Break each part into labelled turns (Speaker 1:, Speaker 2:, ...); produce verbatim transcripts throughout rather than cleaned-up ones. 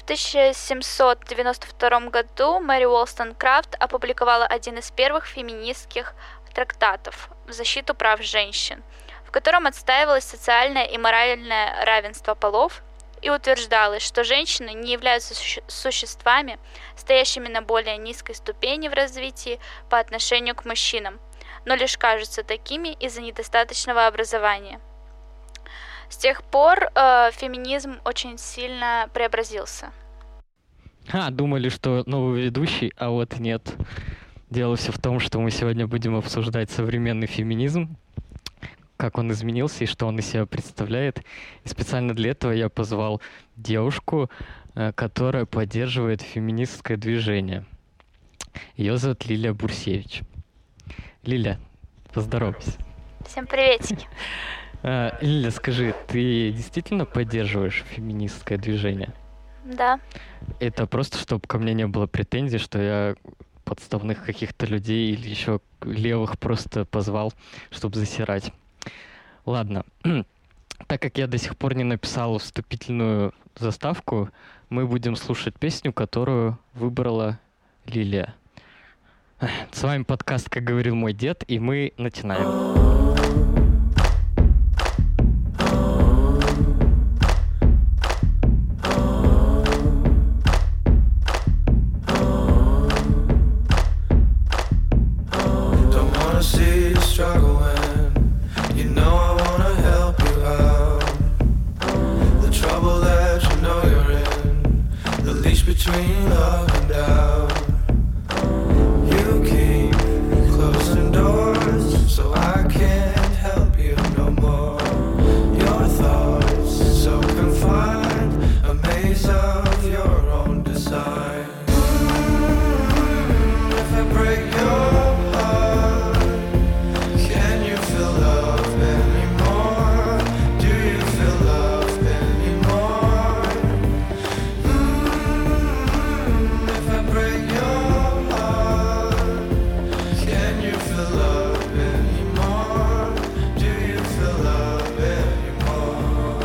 Speaker 1: тысяча семьсот девяносто втором году Мэри Уоллстонкрафт опубликовала один из первых феминистских трактатов в защиту прав женщин, в котором отстаивалось социальное и моральное равенство полов и утверждалось, что женщины не являются суще- существами, стоящими на более низкой ступени в развитии по отношению к мужчинам, но лишь кажутся такими из-за недостаточного образования. С тех пор э, феминизм очень сильно преобразился.
Speaker 2: А, думали, что новый ведущий, а вот нет. Дело все в том, что мы сегодня будем обсуждать современный феминизм, как он изменился и что он из себя представляет. И специально для этого я позвал девушку, э, которая поддерживает феминистское движение. Ее зовут Лилия Бурсевич. Лиля, поздоровайся.
Speaker 1: Всем приветики.
Speaker 2: А, Лиля, скажи, ты действительно поддерживаешь феминистское движение?
Speaker 1: Да.
Speaker 2: Это просто, чтобы ко мне не было претензий, что я подставных каких-то людей или еще левых просто позвал, чтобы засирать. Ладно. Так как я до сих пор не написал вступительную заставку, мы будем слушать песню, которую выбрала Лилия. С вами подкаст «Как говорил мой дед», и мы начинаем.
Speaker 3: Between up and down, you keep closing doors, so I can't help you no more. Your thoughts so confined, a maze of your own design. Mm, if I break your heart, can you feel love anymore? Do you feel love anymore? If I break your heart, can you feel love anymore? Do you feel love anymore?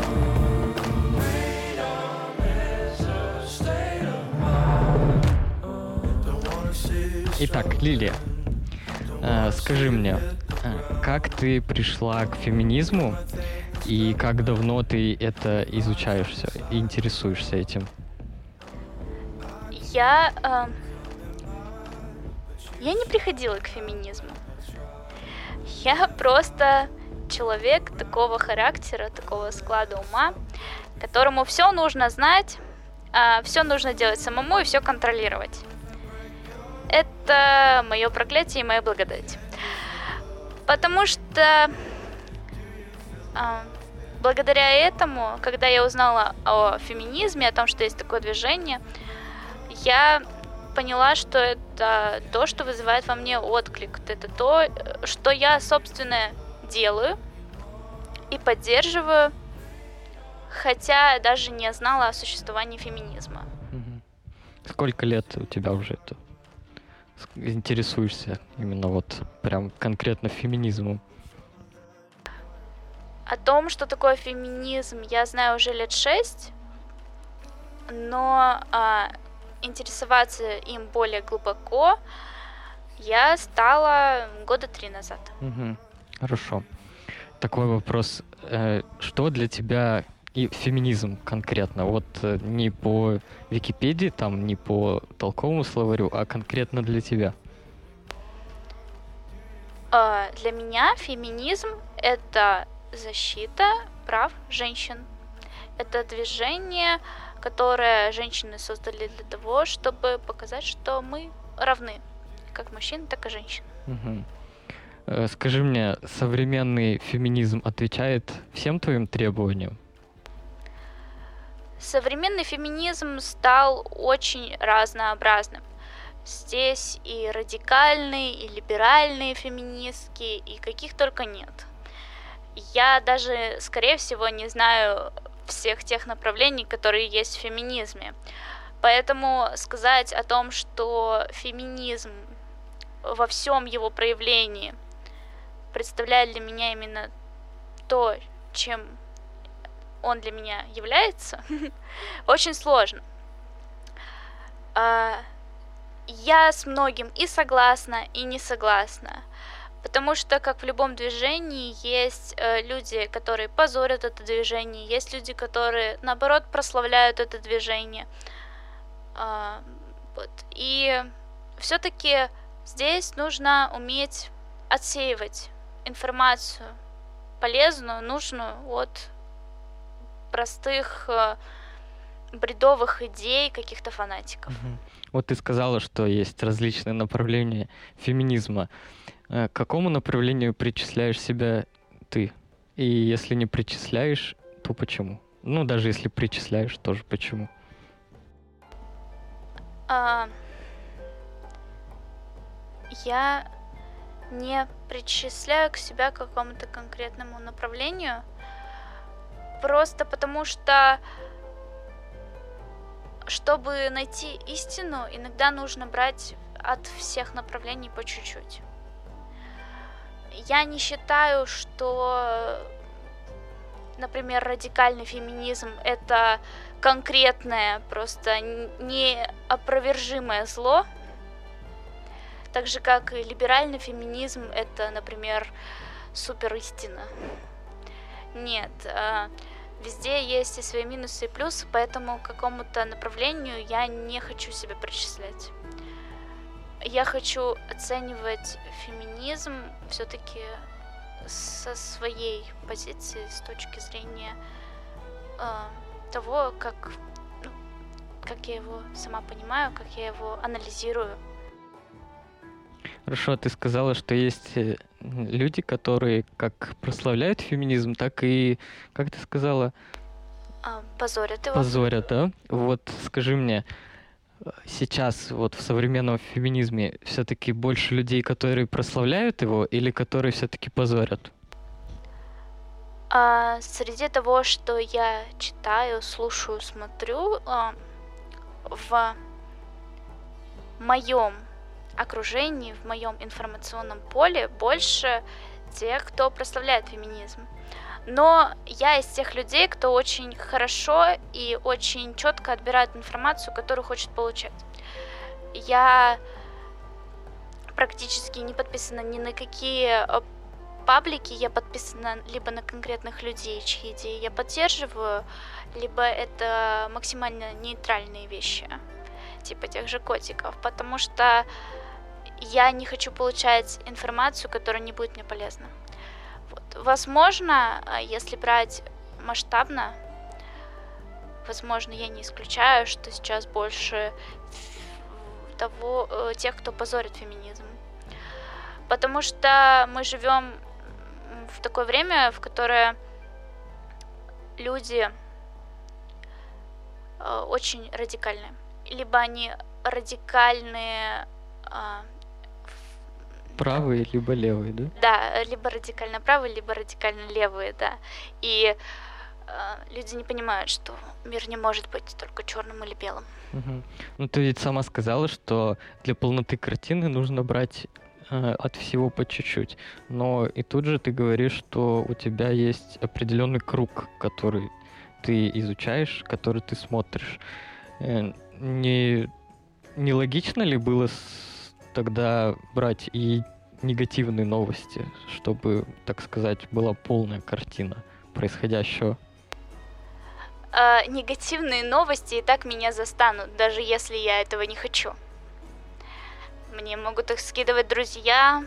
Speaker 3: Freedom is a state of mind. Don't wanna see you
Speaker 2: Итак, Лилия, э, скажи мне, э, как ты пришла к феминизму и как давно ты это изучаешь все и интересуешься этим?
Speaker 1: Я, э, я не приходила к феминизму. Я просто человек такого характера, такого склада ума, которому все нужно знать, а все нужно делать самому и все контролировать. Это мое проклятие и моя благодать. Потому что а, благодаря этому, когда я узнала о феминизме, о том, что есть такое движение, я поняла, что это то, что вызывает во мне отклик. Это то, что я, собственно, делаю и поддерживаю, хотя даже не знала о существовании феминизма.
Speaker 2: Сколько лет у тебя уже это? Интересуешься именно вот прям конкретно феминизмом?
Speaker 1: О том, что такое феминизм, я знаю уже лет шесть, но а, интересоваться им более глубоко я стала года три назад.
Speaker 2: Угу. Хорошо. Такой вопрос. Э, что для тебя и феминизм конкретно? Вот э, не по Википедии, там, не по толковому словарю, а конкретно для тебя?
Speaker 1: А, для меня феминизм — это защита прав женщин. Это движение, которое женщины создали для того, чтобы показать, что мы равны, как мужчин, так и женщин.
Speaker 2: Угу. Э, скажи мне, современный феминизм отвечает всем твоим требованиям?
Speaker 1: Современный феминизм стал очень разнообразным. Здесь и радикальные, и либеральные феминистки, и каких только нет. Я даже, скорее всего, не знаю всех тех направлений, которые есть в феминизме. Поэтому сказать о том, что феминизм во всем его проявлении представляет для меня именно то, чем он для меня является, очень сложно. А, я с многим и согласна, и не согласна. Потому что, как в любом движении, есть э, люди, которые позорят это движение, есть люди, которые, наоборот, прославляют это движение. А, вот. И все-таки здесь нужно уметь отсеивать информацию полезную, нужную от простых э, бредовых идей каких-то фанатиков.
Speaker 2: Мгм. Вот ты сказала, что есть различные направления феминизма. Э, К какому направлению причисляешь себя ты? И если не причисляешь, то почему? Ну, даже если причисляешь, тоже почему?
Speaker 1: А, я не причисляю к себя к какому-то конкретному направлению, просто потому что, чтобы найти истину, иногда нужно брать от всех направлений по чуть-чуть. Я не считаю, что, например, радикальный феминизм — это конкретное, просто н- неопровержимое зло, так же, как и либеральный феминизм — это, например, суперистина. Нет, а, везде есть и свои минусы, и плюсы, поэтому к какому-то направлению я не хочу себя причислять. Я хочу оценивать феминизм все-таки со своей позиции, с точки зрения а, того, как, ну, как я его сама понимаю, как я его анализирую.
Speaker 2: Хорошо, ты сказала, что есть э, м, люди, которые как прославляют феминизм, так и, как ты сказала,
Speaker 1: А, позорят его.
Speaker 2: позорят, да? Вот скажи мне, э, сейчас вот в современном феминизме все-таки больше людей, которые прославляют его, или которые все-таки позорят?
Speaker 1: А, среди того, что я читаю, слушаю, смотрю, а, в моем окружении, в моем информационном поле больше тех, кто прославляет феминизм. Но я из тех людей, кто очень хорошо и очень четко отбирает информацию, которую хочет получать. Я практически не подписана ни на какие э, паблики, я подписана либо на конкретных людей, чьи идеи я поддерживаю, либо это максимально нейтральные вещи, типа тех же котиков, потому что я не хочу получать информацию, которая не будет мне полезна. Вот. Возможно, а, если брать масштабно, возможно, я не исключаю, что сейчас больше ф- того, э, тех, кто позорит феминизм. Потому что мы живем в такое время, в которое люди э, очень радикальные. Либо они радикальные, а,
Speaker 2: Правые либо левые, да?
Speaker 1: да, либо радикально правые, либо радикально левые, да. И э, люди не понимают, что мир не может быть только черным или белым.
Speaker 2: Мгм. Ну, ты ведь сама сказала, что для полноты картины нужно брать э, от всего по чуть-чуть. Но и тут же ты говоришь, что у тебя есть определенный круг, который ты изучаешь, который ты смотришь. Э, не, не логично ли было с- тогда брать и негативные новости, чтобы, так сказать, была полная картина происходящего?
Speaker 1: Э, негативные новости и так меня застанут, даже если я этого не хочу. Мне могут их скидывать друзья,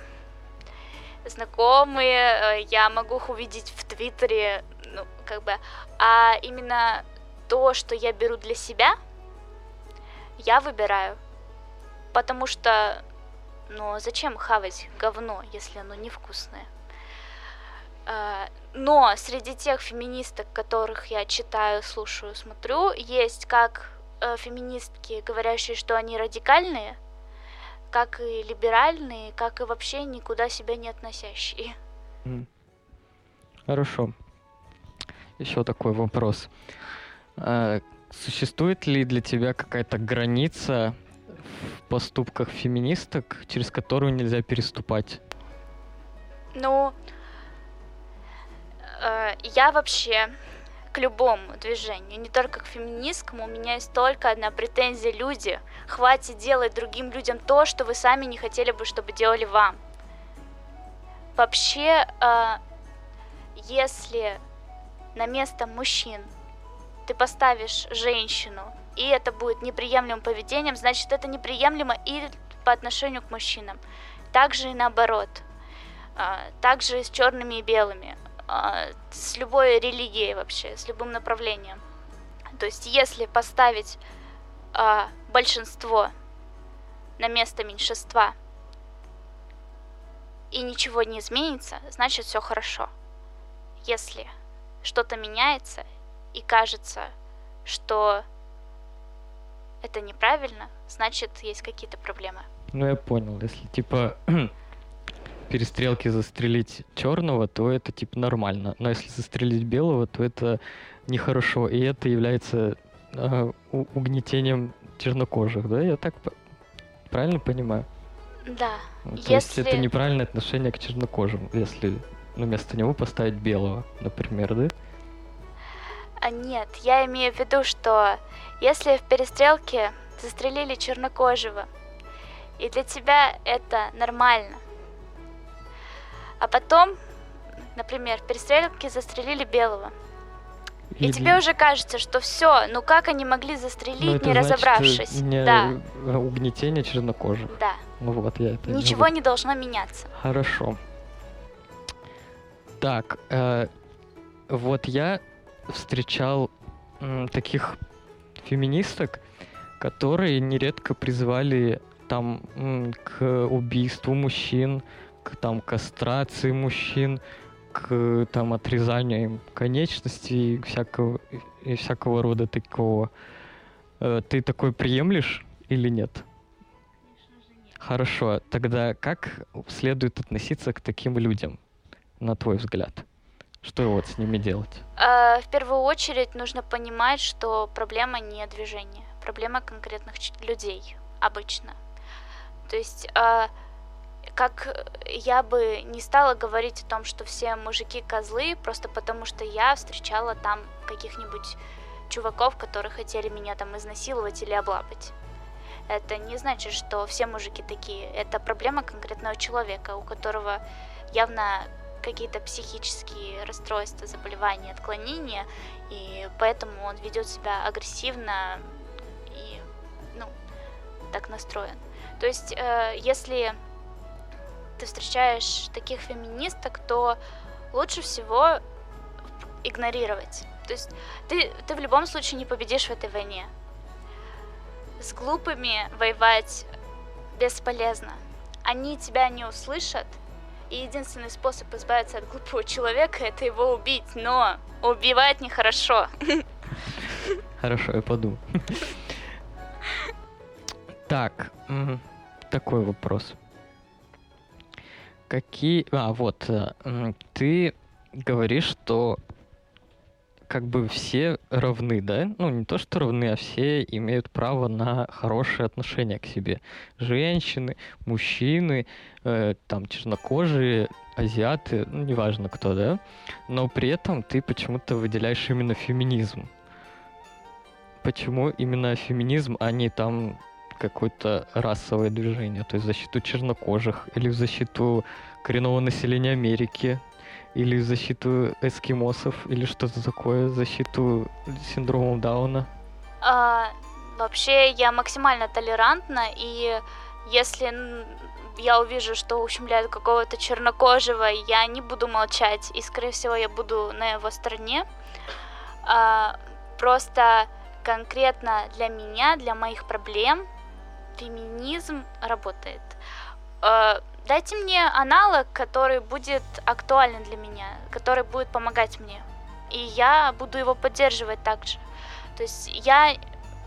Speaker 1: знакомые, э, я могу их увидеть в Твиттере, ну, как бы. А именно то, что я беру для себя, я выбираю. Потому что, ну, зачем хавать говно, если оно невкусное? Э, Но среди тех феминисток, которых я читаю, слушаю, смотрю, есть как э, феминистки, говорящие, что они радикальные, как и либеральные, как и вообще никуда себя не относящие.
Speaker 2: М. Хорошо. Еще такой вопрос. А, Существует ли для тебя какая-то граница в поступках феминисток, через которую нельзя переступать?
Speaker 1: Ну, э, я вообще к любому движению, не только к феминистскому. У меня есть только одна претензия: люди, хватит делать другим людям то, что вы сами не хотели бы, чтобы делали вам. Вообще, э, если на место мужчин ты поставишь женщину, и это будет неприемлемым поведением, значит, это неприемлемо и по отношению к мужчинам. Также и наоборот. Также и с черными и белыми. С любой религией вообще, с любым направлением. То есть, если поставить большинство на место меньшинства, и ничего не изменится, значит, все хорошо. Если что-то меняется, и кажется, что это неправильно, значит, есть какие-то проблемы.
Speaker 2: Ну, я понял. Если, типа, перестрелки застрелить черного, то это, типа, нормально. Но если застрелить белого, то это нехорошо. И это является э, угнетением чернокожих, да? Я так правильно понимаю?
Speaker 1: Да.
Speaker 2: То
Speaker 1: если...
Speaker 2: есть это неправильное отношение к чернокожим, если ну, вместо него поставить белого, например, да?
Speaker 1: А нет, я имею в виду, что если в перестрелке застрелили чернокожего, и для тебя это нормально, а потом, например, в перестрелке застрелили белого, Или... и тебе уже кажется, что все, ну как они могли застрелить,
Speaker 2: ну,
Speaker 1: не разобравшись?
Speaker 2: Не
Speaker 1: да.
Speaker 2: Угнетение чернокожих.
Speaker 1: Да.
Speaker 2: Ну вот, я это
Speaker 1: Ничего
Speaker 2: не,
Speaker 1: не должно меняться.
Speaker 2: Хорошо. Так, э, вот я встречал м, таких феминисток, которые нередко призывали там м, к убийству мужчин, к там кастрации мужчин, к там отрезанию им конечностей и всякого, и всякого рода такого. Э, ты такой приемлешь или нет? Хорошо, тогда как следует относиться к таким людям, на твой взгляд? Что вот с ними делать?
Speaker 1: В первую очередь нужно понимать, что проблема не движения, проблема конкретных людей обычно. То есть, как я бы не стала говорить о том, что все мужики козлы, просто потому что я встречала там каких-нибудь чуваков, которые хотели меня там изнасиловать или облапать. Это не значит, что все мужики такие. Это проблема конкретного человека, у которого явно какие-то психические расстройства, заболевания, отклонения, и поэтому он ведет себя агрессивно и, ну, так настроен. То есть, э, если ты встречаешь таких феминисток, то лучше всего игнорировать. То есть, ты, ты в любом случае не победишь в этой войне. С глупыми воевать бесполезно. Они тебя не услышат, и единственный способ избавиться от глупого человека — это его убить, но убивать нехорошо.
Speaker 2: Хорошо, я подумаю. Так, такой вопрос. Какие... А, вот, ты говоришь, что как бы все равны, да? Ну, не то, что равны, а все имеют право на хорошее отношение к себе. Женщины, мужчины, э, там, чернокожие, азиаты, ну, неважно кто, да? Но при этом ты почему-то выделяешь именно феминизм. Почему именно феминизм, а не там какое-то расовое движение? То есть в защиту чернокожих или в защиту коренного населения Америки? Или защиту эскимосов, или что-то такое, защиту синдрома Дауна?
Speaker 1: А, вообще, я максимально толерантна, и если я увижу, что ущемляют какого-то чернокожего, я не буду молчать, и, скорее всего, я буду на его стороне. А, просто конкретно для меня, для моих проблем, феминизм работает. А, Дайте мне аналог, который будет актуален для меня, который будет помогать мне. И я буду его поддерживать также. То есть я,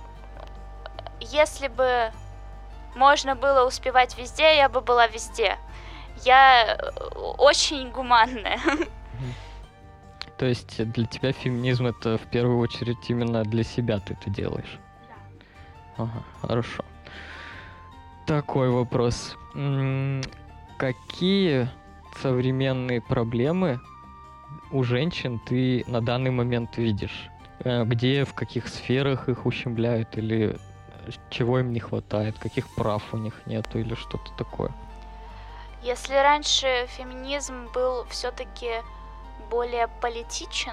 Speaker 1: если бы можно было успевать везде, я бы была везде. Я очень гуманная.
Speaker 2: То есть для тебя феминизм — это в первую очередь именно для себя ты это делаешь? Да. Ага, хорошо. Такой вопрос. Какие современные проблемы у женщин ты на данный момент видишь? Э, Где, в каких сферах их ущемляют, или чего им не хватает, каких прав у них нету, или что-то такое?
Speaker 1: Если раньше феминизм был все-таки более политичен,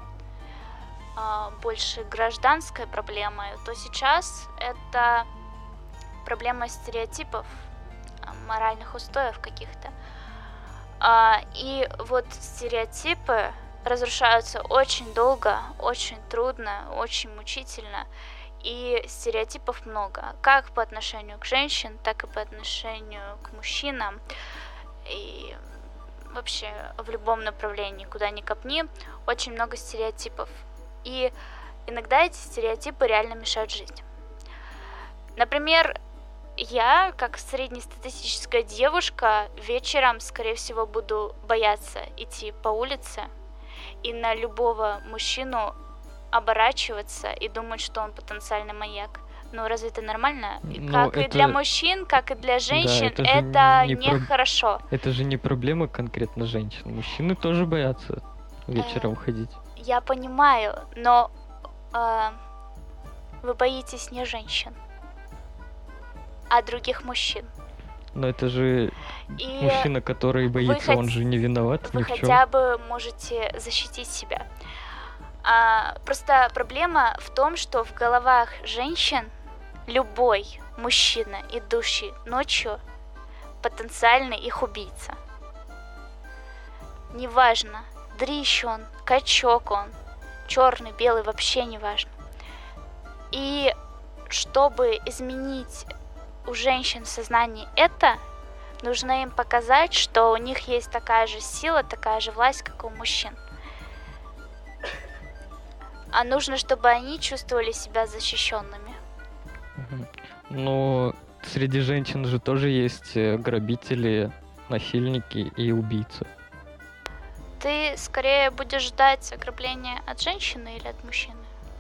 Speaker 1: а, больше гражданской проблемой, то сейчас это проблема стереотипов, а, моральных устоев каких-то. А, И вот стереотипы разрушаются очень долго, очень трудно, очень мучительно. И стереотипов много, как по отношению к женщинам, так и по отношению к мужчинам. И вообще в любом направлении, куда ни копни, очень много стереотипов. И иногда эти стереотипы реально мешают жить. Например, я, как среднестатистическая девушка, вечером, скорее всего, буду бояться идти по улице и на любого мужчину оборачиваться и думать, что он потенциальный маньяк. Ну, разве это нормально? И
Speaker 2: Ну,
Speaker 1: как и
Speaker 2: это-
Speaker 1: для мужчин, как и для женщин,
Speaker 2: это же
Speaker 1: это
Speaker 2: не про-
Speaker 1: нехорошо.
Speaker 2: Это же не проблема конкретно женщин. Мужчины тоже боятся вечером ходить.
Speaker 1: Я понимаю, но э, вы боитесь не женщин, а других мужчин.
Speaker 2: Но это же
Speaker 1: И
Speaker 2: мужчина, который боится, он
Speaker 1: хот-
Speaker 2: же не виноват
Speaker 1: вы
Speaker 2: ни в чем.
Speaker 1: хотя бы можете защитить себя. А, просто проблема в том, что в головах женщин любой мужчина, идущий ночью, потенциальный их убийца. Неважно, дрищ он, качок он, черный, белый, вообще не важно. И чтобы изменить у женщин в сознании это, нужно им показать, что у них есть такая же сила, такая же власть, как у мужчин. А нужно, чтобы они чувствовали себя защищенными.
Speaker 2: Мгм. Но среди женщин же тоже есть э, грабители, насильники и убийцы.
Speaker 1: Ты скорее будешь ждать ограбления от женщины или от мужчины?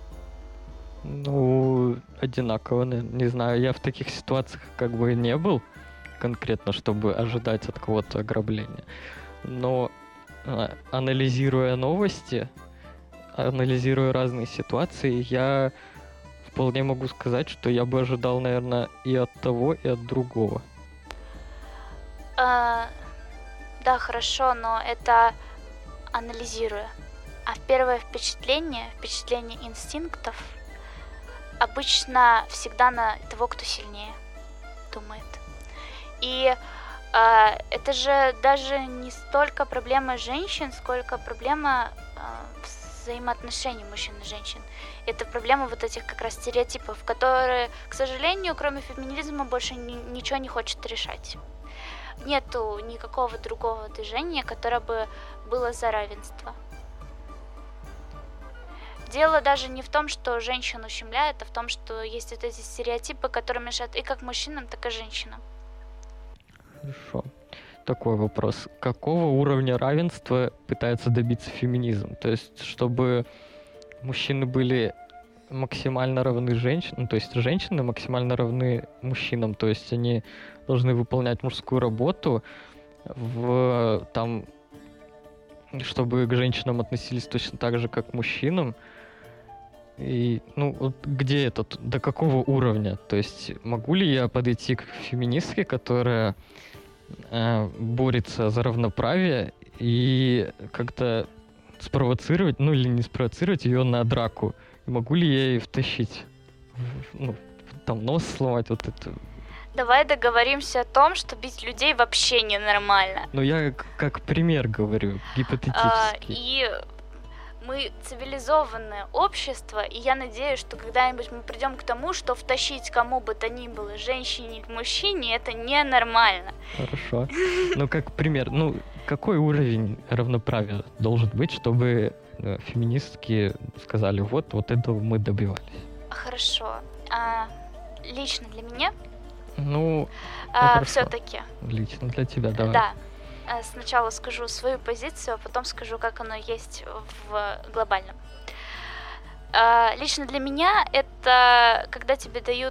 Speaker 2: Ну, одинаково, на- не знаю, я в таких ситуациях как бы не был конкретно, чтобы ожидать от кого-то ограбления. Но а, анализируя новости, анализируя разные ситуации, я вполне могу сказать, что я бы ожидал, наверное, и от того, и от другого.
Speaker 1: А, да, хорошо, но это анализируя. А первое впечатление, впечатление инстинктов, обычно всегда на того, кто сильнее думает. И а, это же даже не столько проблема женщин, сколько проблема а, взаимоотношений мужчин и женщин. Это проблема вот этих как раз стереотипов, которые, к сожалению, кроме феминизма больше ни- ничего не хочет решать. Нету никакого другого движения, которое бы было за равенство. Дело даже не в том, что женщин ущемляют, а в том, что есть вот эти стереотипы, которые мешают и как мужчинам, так и женщинам.
Speaker 2: Хорошо. Такой вопрос. Какого уровня равенства пытается добиться феминизм? То есть, чтобы мужчины были максимально равны женщинам, то есть женщины максимально равны мужчинам, то есть они должны выполнять мужскую работу, в, там, чтобы к женщинам относились точно так же, как к мужчинам. И, ну, вот где это, т- до какого уровня? То есть могу ли я подойти к феминистке, которая э, борется за равноправие, и как-то спровоцировать, ну или не спровоцировать ее на драку? И могу ли я ей втащить, в- ну, там нос сломать, вот это?
Speaker 1: Давай договоримся о том, что бить людей вообще ненормально.
Speaker 2: Ну я к- как пример говорю,
Speaker 1: А,
Speaker 2: гипотетически.
Speaker 1: и мы цивилизованное общество, и я надеюсь, что когда-нибудь мы придем к тому, что втащить кому бы то ни было, женщине или мужчине, это ненормально.
Speaker 2: Хорошо. Ну, как пример, ну, какой уровень равноправия должен быть, чтобы э, феминистки сказали, вот, вот этого мы добивались?
Speaker 1: Хорошо. А, лично для меня
Speaker 2: Ну,
Speaker 1: а,
Speaker 2: хорошо.
Speaker 1: все-таки,
Speaker 2: лично для тебя, давай.
Speaker 1: да, а, сначала скажу свою позицию, а потом скажу, как оно есть в глобальном. А, лично для меня это когда тебе дают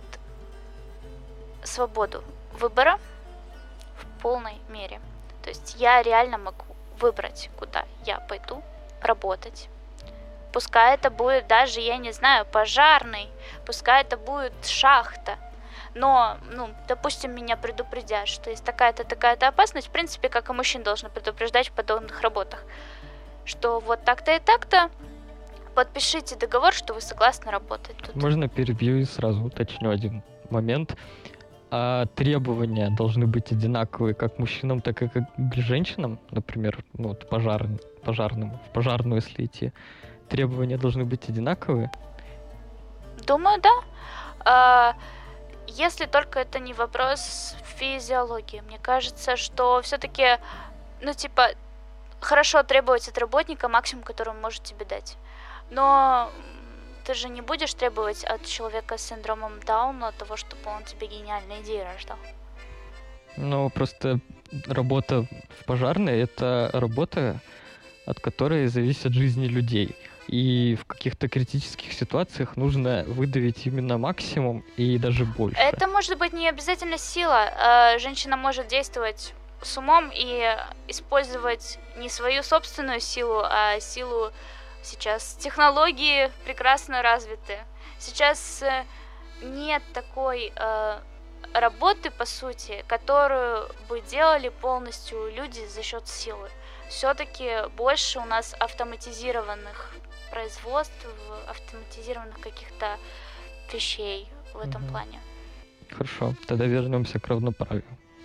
Speaker 1: свободу выбора в полной мере. То есть я реально могу выбрать, куда я пойду работать. Пускай это будет даже, я не знаю, пожарный, пускай это будет шахта. Но, ну, допустим, меня предупредят, что есть такая-то, такая-то опасность, в принципе, как и мужчин должны предупреждать в подобных работах, что вот так-то и так-то, подпишите договор, что вы согласны работать тут.
Speaker 2: Можно перебью и сразу уточню один момент. А требования должны быть одинаковые как к мужчинам, так и к женщинам, например, ну, вот пожар, пожарным, в пожарную, если идти. Требования должны быть одинаковые?
Speaker 1: Думаю, да. А, если только это не вопрос физиологии. Мне кажется, что все-таки, ну, типа, хорошо требовать от работника максимум, который он может тебе дать. Но ты же не будешь требовать от человека с синдромом Дауна того, чтобы он тебе гениальные идеи рождал.
Speaker 2: Ну, просто работа в пожарной — это работа, от которой зависят жизни людей. И в каких-то критических ситуациях нужно выдавить именно максимум и даже больше.
Speaker 1: Это может быть не обязательно сила. Женщина может действовать с умом и использовать не свою собственную силу, а силу. Сейчас технологии прекрасно развиты. Сейчас нет такой э, работы, по сути, которую бы делали полностью люди за счет силы. Все-таки больше у нас автоматизированных производств, автоматизированных каких-то вещей в этом mm-hmm. плане.
Speaker 2: Хорошо, тогда вернемся к равноправию.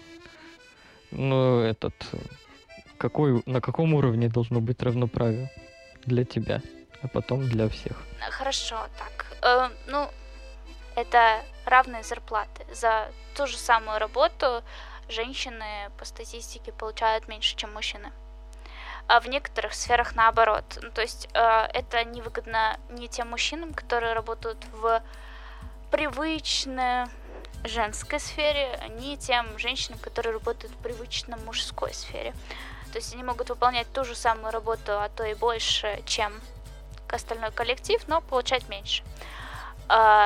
Speaker 2: Ну, этот, какой, на каком уровне должно быть равноправие для тебя, а потом для всех?
Speaker 1: Хорошо, так. Э, ну, это равные зарплаты. За ту же самую работу женщины по статистике получают меньше, чем мужчины. А в некоторых сферах наоборот. Ну, то есть э, это невыгодно не тем мужчинам, которые работают в привычной женской сфере, не тем женщинам, которые работают в привычной мужской сфере. То есть они могут выполнять ту же самую работу, а то и больше, чем остальной коллектив, но получать меньше. Э,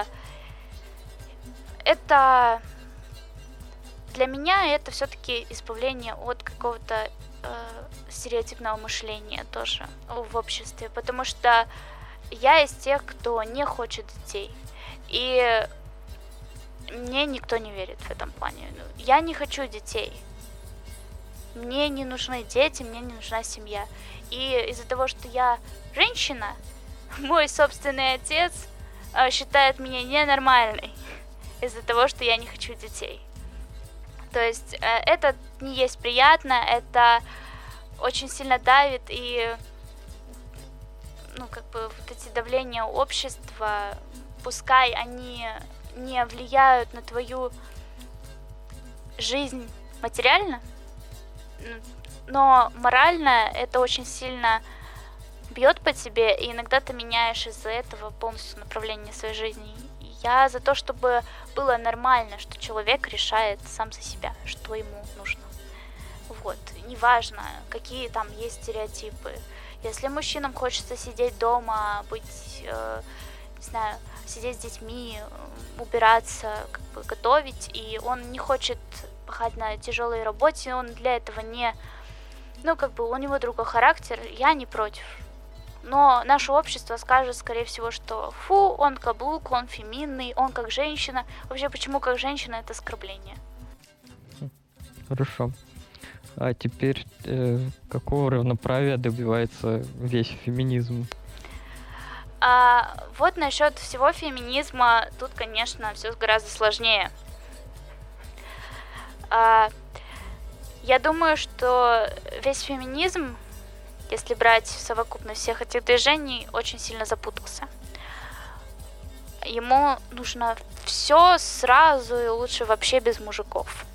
Speaker 1: это для меня это все-таки избавление от какого-то стереотипного мышления тоже в обществе, потому что я из тех, кто не хочет детей, и мне никто не верит в этом плане. Я не хочу детей, мне не нужны дети, мне не нужна семья, и из-за того, что я женщина, мой собственный отец считает меня ненормальной из-за того, что я не хочу детей. То есть это не есть приятно, это очень сильно давит, и ну, как бы вот эти давления общества, пускай они не влияют на твою жизнь материально, но морально это очень сильно бьет по тебе, и иногда ты меняешь из-за этого полностью направление своей жизни. Я за то, чтобы было нормально, что человек решает сам за себя, что ему нужно. Вот, неважно, какие там есть стереотипы. Если мужчинам хочется сидеть дома, быть, э, не знаю, сидеть с детьми, убираться, как бы готовить, и он не хочет пахать на тяжелой работе, он для этого не, ну, как бы у него другой характер, я не против. Но наше общество скажет, скорее всего, что фу, он каблук, он феминный, он как женщина. Вообще, почему как женщина — это оскорбление?
Speaker 2: Хорошо. А теперь э, какого равноправия добивается весь феминизм?
Speaker 1: А, вот насчет всего феминизма, тут, конечно, все гораздо сложнее. А, я думаю, что весь феминизм, если брать в совокупность всех этих движений, очень сильно запутался. Ему нужно все сразу и лучше вообще без мужиков.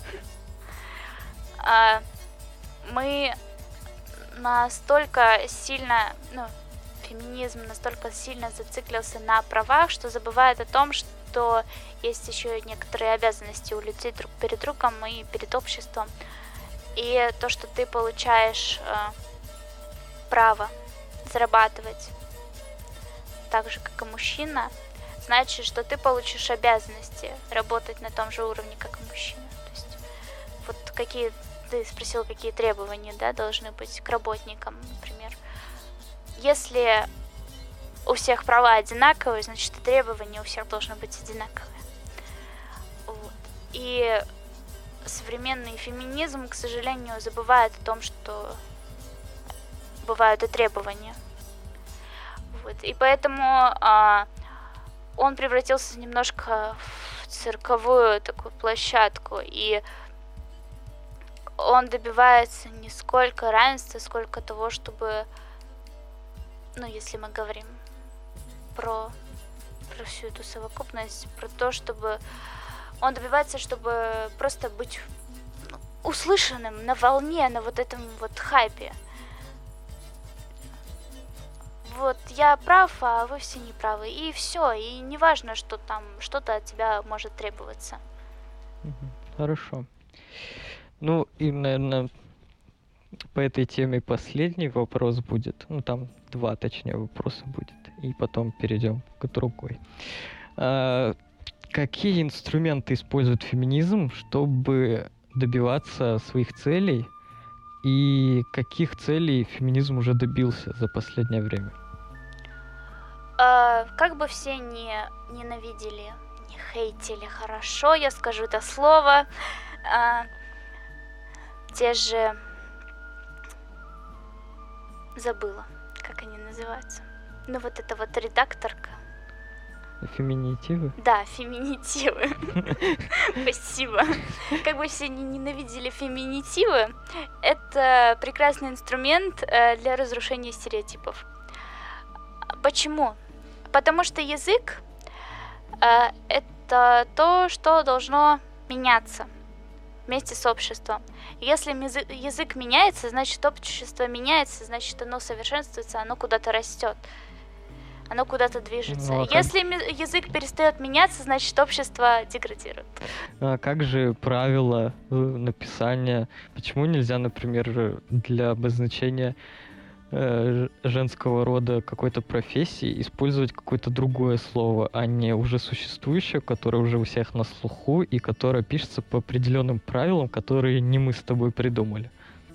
Speaker 1: Мы настолько сильно, ну, феминизм настолько сильно зациклился на правах, что забывает о том, что есть еще и некоторые обязанности у людей друг перед другом и перед обществом. И то, что ты получаешь э, право зарабатывать так же, как и мужчина, значит, что ты получишь обязанности работать на том же уровне, как и мужчина. То есть вот какие ты спросил, какие требования, да, должны быть к работникам, например. Если у всех права одинаковые, значит, и требования у всех должны быть одинаковые. Вот. И современный феминизм, к сожалению, забывает о том, что бывают и требования. Вот. И поэтому а, он превратился немножко в цирковую такую площадку, и он добивается не сколько равенства, сколько того, чтобы, ну, если мы говорим про, про всю эту совокупность, про то, чтобы он добивается, чтобы просто быть, ну, услышанным на волне, на вот этом вот хайпе. Вот, я прав, а вы все не правы. И все, и не важно, что там что-то от тебя может требоваться.
Speaker 2: Хорошо. Ну, и, наверное, по этой теме последний вопрос будет. Ну, там два, точнее, вопроса будет. И потом перейдем к другой. А, какие инструменты использует феминизм, чтобы добиваться своих целей? И каких целей феминизм уже добился за последнее время?
Speaker 1: А, как бы все не ненавидели, не хейтили, хорошо, я скажу это слово. А, те же... Забыла, как они называются. Ну, вот эта вот редакторка.
Speaker 2: Феминитивы?
Speaker 1: Да, феминитивы. Спасибо. Как бы все не ненавидели феминитивы, это прекрасный инструмент для разрушения стереотипов. Почему? Потому что язык — это то, что должно меняться вместе с обществом. Если язык меняется, значит, общество меняется, значит, оно совершенствуется, оно куда-то растет. Оно куда-то движется. Ну, а Если как... язык перестает меняться, значит, общество деградирует.
Speaker 2: А как же правила написания? Почему нельзя, например, для обозначения э, женского рода какой-то профессии использовать какое-то другое слово, а не уже существующее, которое уже у всех на слуху и которое пишется по определенным правилам, которые не мы с тобой придумали?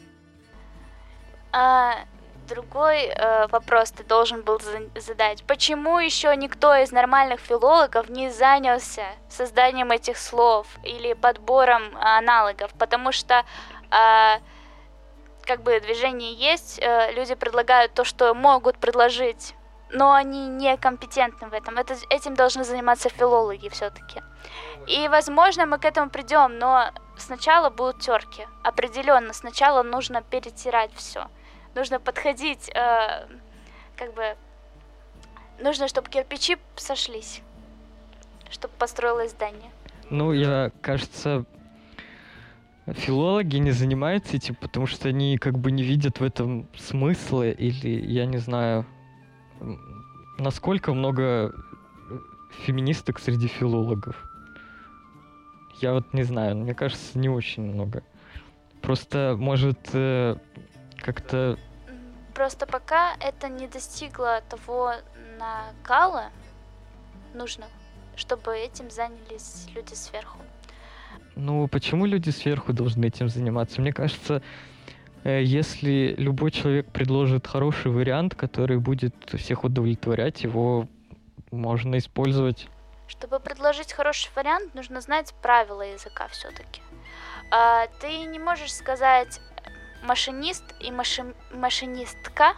Speaker 1: А... Другой э, вопрос ты должен был за- задать. Почему еще никто из нормальных филологов не занялся созданием этих слов или подбором э, аналогов? Потому что э, как бы движение есть, э, люди предлагают то, что могут предложить, но они не компетентны в этом. Это, этим должны заниматься филологи все-таки. И, возможно, мы к этому придем, но сначала будут терки. Определенно, сначала нужно перетирать все. Нужно подходить, э, как бы, нужно, чтобы кирпичи сошлись, чтобы построилось здание.
Speaker 2: Ну, я, кажется, филологи не занимаются этим, потому что они как бы не видят в этом смысла, или, я не знаю, насколько много феминисток среди филологов. Я вот не знаю, мне кажется, не очень много. Просто, может... Э, как-то...
Speaker 1: Просто пока это не достигло того накала нужного, чтобы этим занялись люди сверху.
Speaker 2: Ну, почему люди сверху должны этим заниматься? Мне кажется, если любой человек предложит хороший вариант, который будет всех удовлетворять, его можно использовать.
Speaker 1: Чтобы предложить хороший вариант, нужно знать правила языка все-таки. А, ты не можешь сказать... машинист и маши... машинистка,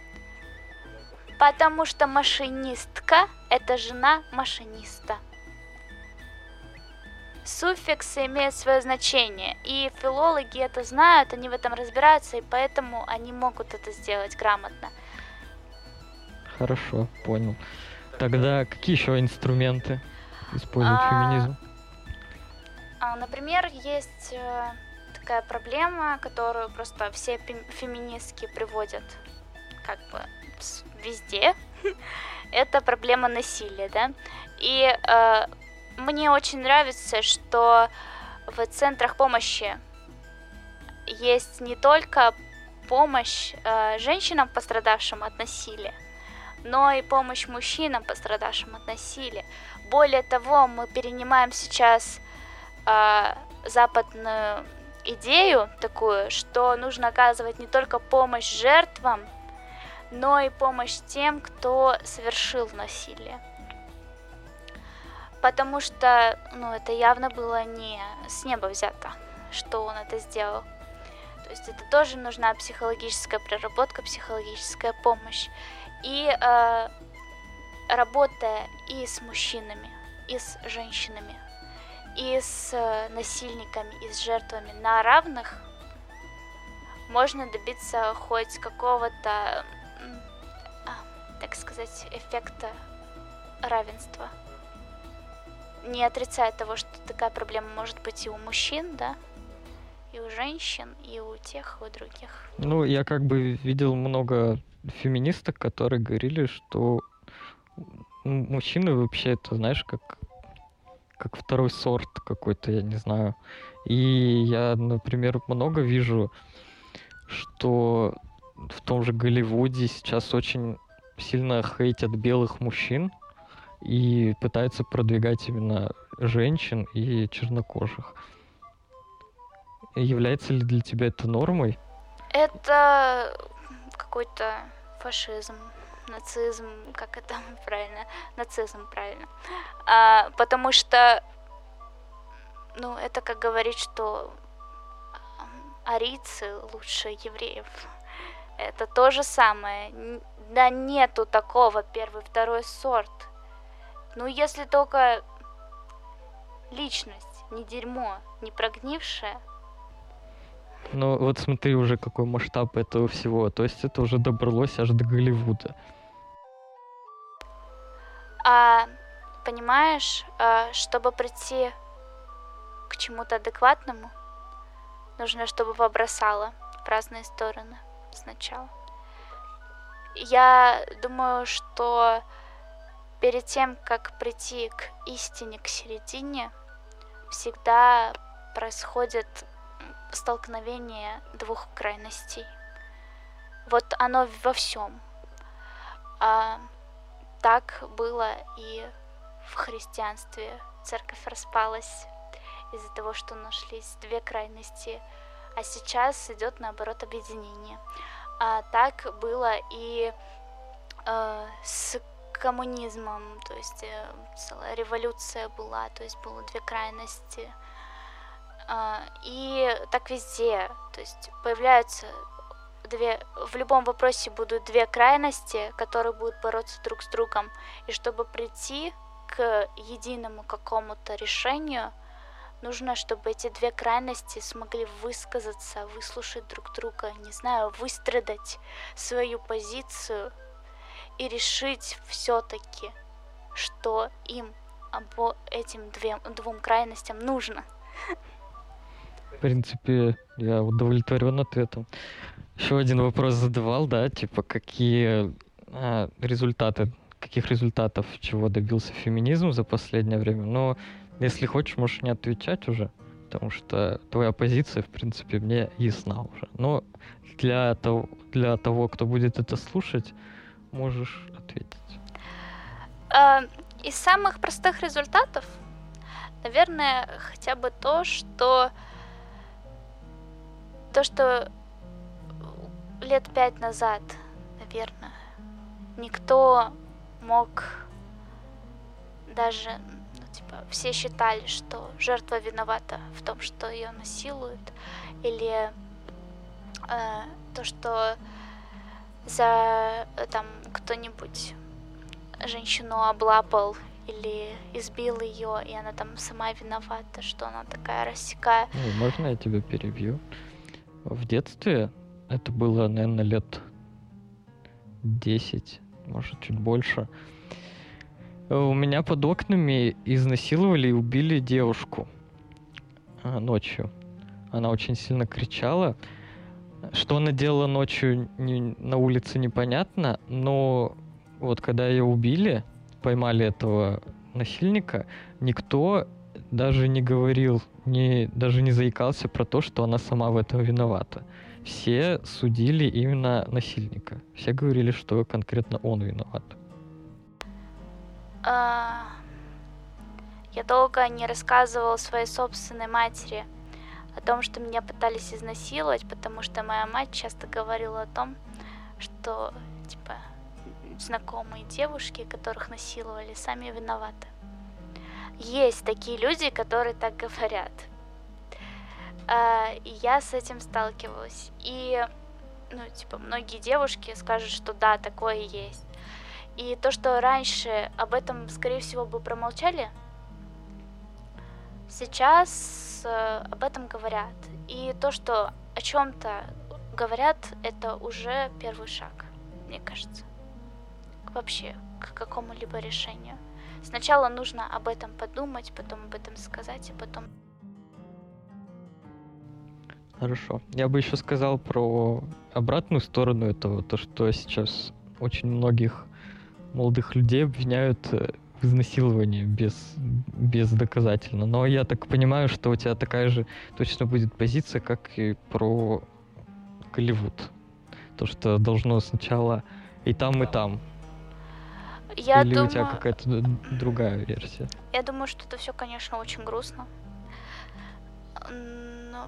Speaker 1: потому что машинистка — это жена машиниста. Суффиксы имеют свое значение, и филологи это знают, они в этом разбираются, и поэтому они могут это сделать грамотно.
Speaker 2: Хорошо, понял. Тогда какие еще инструменты использует а... феминизм?
Speaker 1: А, например, есть... такая проблема, которую просто все феминистки приводят как бы везде, это проблема насилия, да. И э, мне очень нравится, что в центрах помощи есть не только помощь э, женщинам, пострадавшим от насилия, но и помощь мужчинам, пострадавшим от насилия. Более того, мы перенимаем сейчас э, западную идею такую, что нужно оказывать не только помощь жертвам, но и помощь тем, кто совершил насилие. Потому что, ну, это явно было не с неба взято, что он это сделал. То есть это тоже нужна психологическая проработка, психологическая помощь. И э, работая и с мужчинами, и с женщинами, и с э, насильниками, и с жертвами на равных, можно добиться хоть какого-то, так сказать, эффекта равенства. Не отрицая того, что такая проблема может быть и у мужчин, да, и у женщин, и у тех, и у других.
Speaker 2: Ну, я как бы видел много феминисток, которые говорили, что мужчины вообще это, знаешь, как, как второй сорт какой-то, я не знаю. И я, например, много вижу, что в том же Голливуде сейчас очень сильно хейтят белых мужчин и пытаются продвигать именно женщин и чернокожих. Является ли для тебя это нормой?
Speaker 1: Это какой-то фашизм, нацизм, как это правильно? Нацизм, правильно. А, потому что, ну, это как говорить, что арийцы лучше евреев. Это то же самое. Да нету такого первый, второй сорт. Ну, если только личность, не дерьмо, не прогнившая.
Speaker 2: Ну, вот смотри уже какой масштаб этого всего. То есть это уже добралось аж до Голливуда.
Speaker 1: А, понимаешь, чтобы прийти к чему-то адекватному, нужно, чтобы побросало в разные стороны сначала. Я думаю, что перед тем, как прийти к истине, к середине, всегда происходит столкновение двух крайностей. Вот оно во всем. А так было и в христианстве. Церковь распалась из-за того, что нашлись две крайности, а сейчас идет наоборот объединение. А так было и э, с коммунизмом, то есть э, целая революция была, то есть было две крайности. Э, и так везде, то есть появляются две, в любом вопросе будут две крайности, которые будут бороться друг с другом. И чтобы прийти к единому какому-то решению, нужно, чтобы эти две крайности смогли высказаться, выслушать друг друга, не знаю, выстрадать свою позицию и решить все-таки, что им, обо этим двем, двум крайностям нужно.
Speaker 2: В принципе, я удовлетворен ответом. Еще один вопрос задавал, да, типа, какие а, результаты, каких результатов, чего добился феминизм за последнее время. Но если хочешь, можешь не отвечать уже, потому что твоя позиция, в принципе, мне ясна уже. Но для того, для того, кто будет это слушать, можешь ответить.
Speaker 1: А, из самых простых результатов, наверное, хотя бы то, что то, что лет пять назад, наверное, никто мог даже, ну, типа, все считали, что жертва виновата в том, что ее насилуют, или э, то, что за там кто-нибудь женщину облапал или избил ее, и она там сама виновата, что она такая рассекая.
Speaker 2: Ну, можно я тебя перебью? В детстве, это было, наверное, лет десять, может, чуть больше, у меня под окнами изнасиловали и убили девушку ночью. Она очень сильно кричала. Что она делала ночью не, на улице, непонятно, но вот когда ее убили, поймали этого насильника, никто даже не говорил, не, даже не заикался про то, что она сама в этом виновата. Все судили именно насильника. Все говорили, что конкретно он виноват.
Speaker 1: А, я долго не рассказывала своей собственной матери о том, что меня пытались изнасиловать, потому что моя мать часто говорила о том, что, типа, знакомые девушки, которых насиловали, сами виноваты. Есть такие люди, которые так говорят. И я с этим сталкивалась. И, ну, типа, многие девушки скажут, что да, такое есть. И то, что раньше об этом, скорее всего, бы промолчали, сейчас э, об этом говорят. И то, что о чем-то говорят, это уже первый шаг, мне кажется, вообще к какому-либо решению. Сначала нужно об этом подумать, потом об этом сказать, и потом...
Speaker 2: Хорошо. Я бы еще сказал про обратную сторону этого, то, что сейчас очень многих молодых людей обвиняют в изнасиловании без, бездоказательно. Но я так понимаю, что у тебя такая же точно будет позиция, как и про Голливуд. То, что должно сначала и там, и там.
Speaker 1: Я
Speaker 2: Или
Speaker 1: думаю...
Speaker 2: у тебя какая-то другая версия?
Speaker 1: Я думаю, что это все, конечно, очень грустно. Но...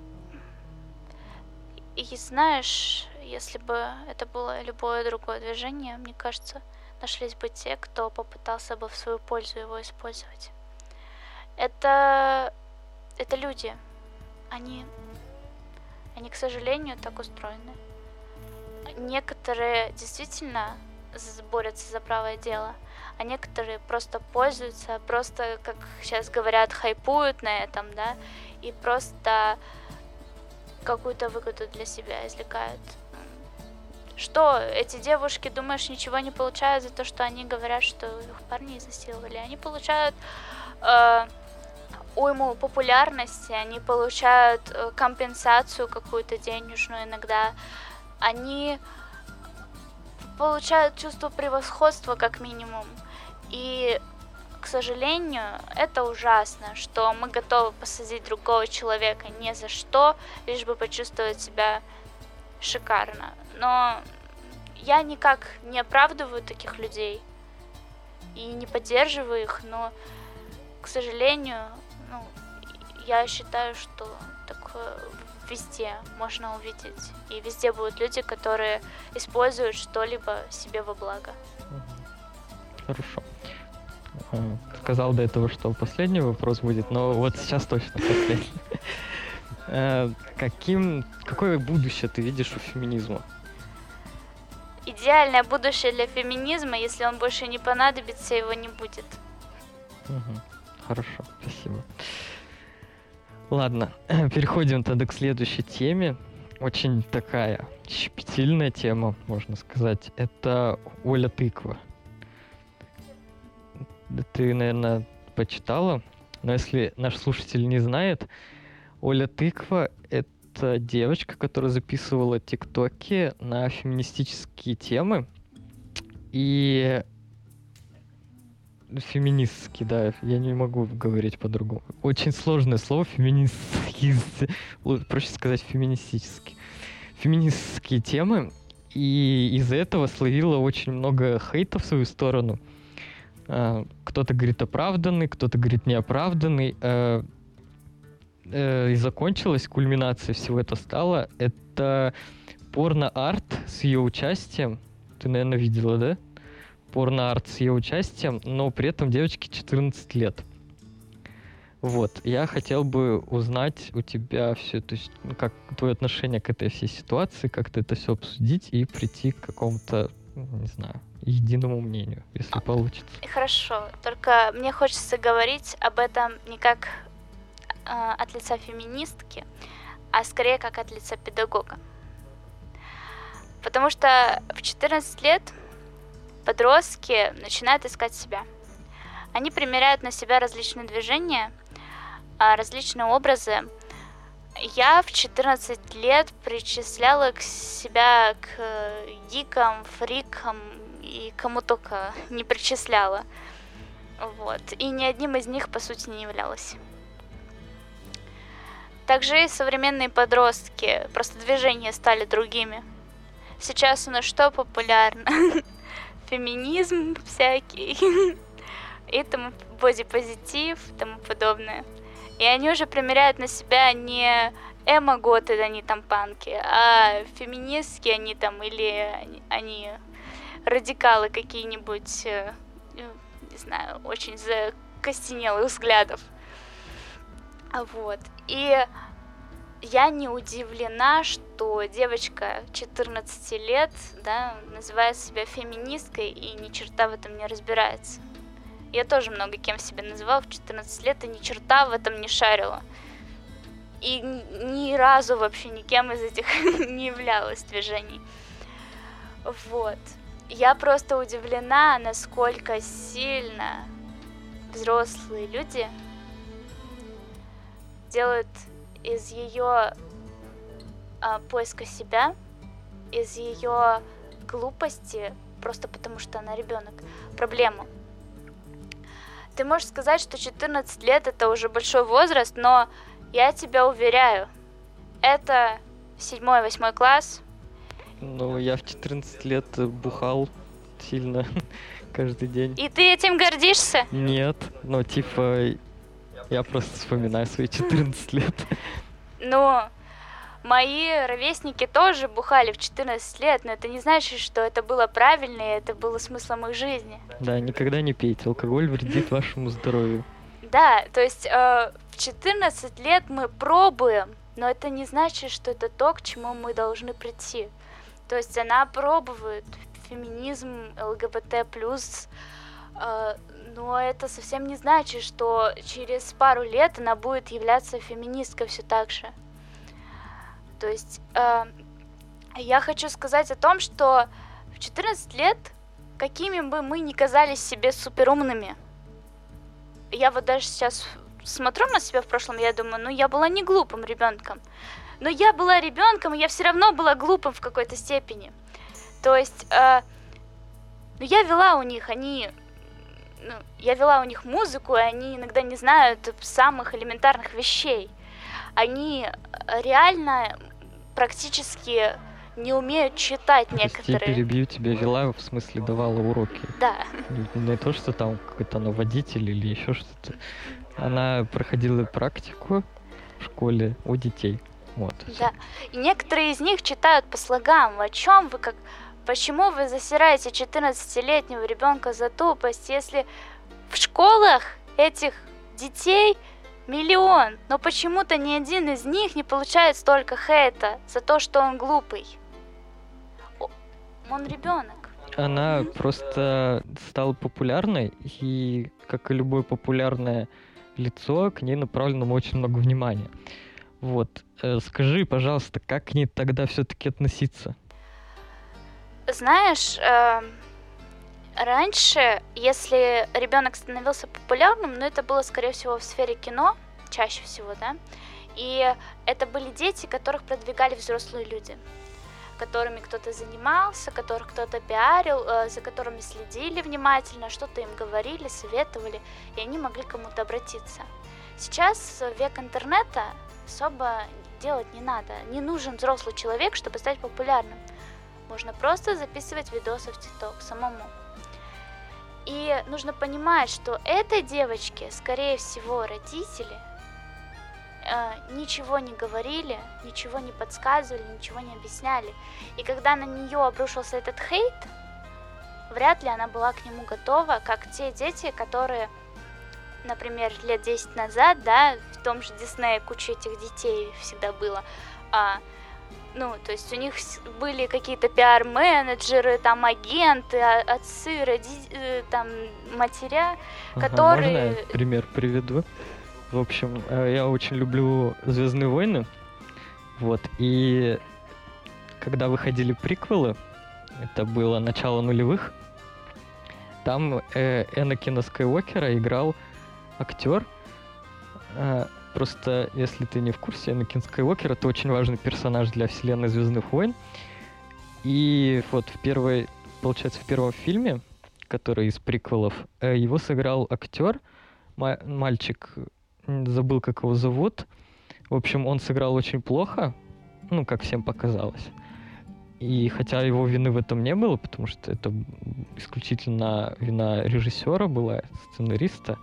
Speaker 1: И знаешь, если бы это было любое другое движение, мне кажется, нашлись бы те, кто попытался бы в свою пользу его использовать. Это, это люди. Они, они, к сожалению, так устроены. Некоторые действительно борются за правое дело, а некоторые просто пользуются, просто, как сейчас говорят, хайпуют на этом, да, и просто какую-то выгоду для себя извлекают. Что, эти девушки, думаешь, ничего не получают за то, что они говорят, что их парни изнасиловали? Они получают э, уйму популярности, они получают э, компенсацию какую-то денежную иногда, они получают чувство превосходства как минимум. И, к сожалению, это ужасно, что мы готовы посадить другого человека ни за что, лишь бы почувствовать себя шикарно. Но я никак не оправдываю таких людей и не поддерживаю их, но, к сожалению, ну, я считаю, что такое везде можно увидеть. И везде будут люди, которые используют что-либо себе во благо.
Speaker 2: Хорошо. Сказал до этого, что последний вопрос будет, но вот сейчас точно последний. Каким, какое будущее ты видишь у феминизма?
Speaker 1: Идеальное будущее для феминизма, если он больше не понадобится, его не будет.
Speaker 2: Угу. Хорошо, спасибо. Ладно, переходим тогда к следующей теме. Очень такая щепетильная тема, можно сказать. Это Оля Тыква. Ты, наверное, почитала, но если наш слушатель не знает, Оля Тыква — это девочка, которая записывала тиктоки на феминистические темы. И феминистский, да, я не могу говорить по-другому. Очень сложное слово, феминистский, проще сказать феминистический. Феминистские темы, и из-за этого словила очень много хейта в свою сторону. Кто-то говорит оправданный, кто-то говорит неоправданный. И закончилась кульминация всего этого стала. Это порно-арт с ее участием. Ты, наверное, видела, да? Порно-арт с ее участием, но при этом девочке четырнадцать лет. Вот, я хотел бы узнать у тебя все, то есть, как твое отношение к этой всей ситуации, как-то это все обсудить и прийти к какому-то, не знаю, единому мнению, если получится.
Speaker 1: Хорошо, только мне хочется говорить об этом не как э, от лица феминистки, а скорее как от лица педагога. Потому что в четырнадцать лет подростки начинают искать себя. Они примеряют на себя различные движения, различные образы. Я в четырнадцать лет причисляла к себя к гикам, фрикам и кому только не причисляла. Вот. И ни одним из них, по сути, не являлась. Также и современные подростки, просто движения стали другими. Сейчас у нас что популярно? Феминизм всякий, и тому бодипозитив, и тому подобное. И они уже примеряют на себя не эмо-готы, они там панки, а феминистки они там, или они, они радикалы какие-нибудь, э, не знаю, очень закостенелых взглядов. Вот. И я не удивлена, что девочка четырнадцати лет, да, называет себя феминисткой и ни черта в этом не разбирается. Я тоже много кем себя называла в четырнадцать лет и ни черта в этом не шарила. И ни разу вообще никем из этих не являлась движений. Вот. Я просто удивлена, насколько сильно взрослые люди делают из ее а, поиска себя, из ее глупости, просто потому что она ребенок, проблему. Ты можешь сказать, что четырнадцать лет это уже большой возраст, но я тебя уверяю, это седьмой-восьмой класс.
Speaker 2: Ну, я в четырнадцать лет бухал сильно каждый день.
Speaker 1: И ты этим гордишься?
Speaker 2: Нет, ну типа, я просто вспоминаю свои четырнадцать лет.
Speaker 1: Ну, мои ровесники тоже бухали в четырнадцать лет, но это не значит, что это было правильно, и это было смыслом их жизни.
Speaker 2: Да, никогда не пейте, алкоголь вредит вашему здоровью.
Speaker 1: Да, то есть э, в четырнадцать лет мы пробуем, но это не значит, что это то, к чему мы должны прийти. То есть она пробует феминизм, ЛГБТ+, э, но это совсем не значит, что через пару лет она будет являться феминисткой все так же. То есть э, я хочу сказать о том, что в четырнадцать лет, какими бы мы ни казались себе суперумными, я вот даже сейчас смотрю на себя в прошлом, я думаю, ну я была не глупым ребенком. Но я была ребенком, и я все равно была глупым в какой-то степени. То есть, э, ну я вела у них, они, ну, я вела у них музыку, и они иногда не знают самых элементарных вещей. Они реально практически не умеют читать некоторые.
Speaker 2: Я перебью тебя, вела, в смысле давала уроки.
Speaker 1: Да.
Speaker 2: Не, не то, что там какой-то она водитель или еще что-то. Она проходила практику в школе у детей. Вот.
Speaker 1: Да. И некоторые из них читают по слогам. О чем вы как? Почему вы засираете четырнадцатилетнего ребенка за тупость, если в школах этих детей миллион, но почему-то ни один из них не получает столько хейта за то, что он глупый. Он ребенок.
Speaker 2: Она просто стала популярной, и, как и любое популярное лицо, к ней направлено очень много внимания. Вот. Скажи, пожалуйста, как к ней тогда все-таки относиться?
Speaker 1: Знаешь, э, раньше, если ребенок становился популярным, ну это было, скорее всего, в сфере кино, чаще всего, да, и это были дети, которых продвигали взрослые люди, которыми кто-то занимался, которых кто-то пиарил, э, за которыми следили внимательно, что-то им говорили, советовали, и они могли к кому-то обратиться. Сейчас, в век интернета, особо делать не надо. Не нужен взрослый человек, чтобы стать популярным. Можно просто записывать видосы в ТикТок самому. И нужно понимать, что этой девочке, скорее всего, родители э, ничего не говорили, ничего не подсказывали, ничего не объясняли. И когда на нее обрушился этот хейт, вряд ли она была к нему готова, как те дети, которые, например, лет десять назад, да, в том же Диснее куча этих детей всегда было. А, ну, то есть у них были какие-то пиар-менеджеры, там агенты, отцы, роди... там матеря,
Speaker 2: ага,
Speaker 1: которые...
Speaker 2: Можно я пример приведу? В общем, я очень люблю «Звездные войны», вот, и когда выходили приквелы, это было начало нулевых, там э, Энакина Скайуокера играл актер. Э, просто, если ты не в курсе, Энакин Скайуокер — это очень важный персонаж для вселенной «Звездных войн». И вот в первой, получается, в первом фильме, который из приквелов, э, его сыграл актер, ма- мальчик, забыл, как его зовут. В общем, он сыграл очень плохо, ну, как всем показалось. И хотя его вины в этом не было, потому что это исключительно вина режиссера была, сценариста,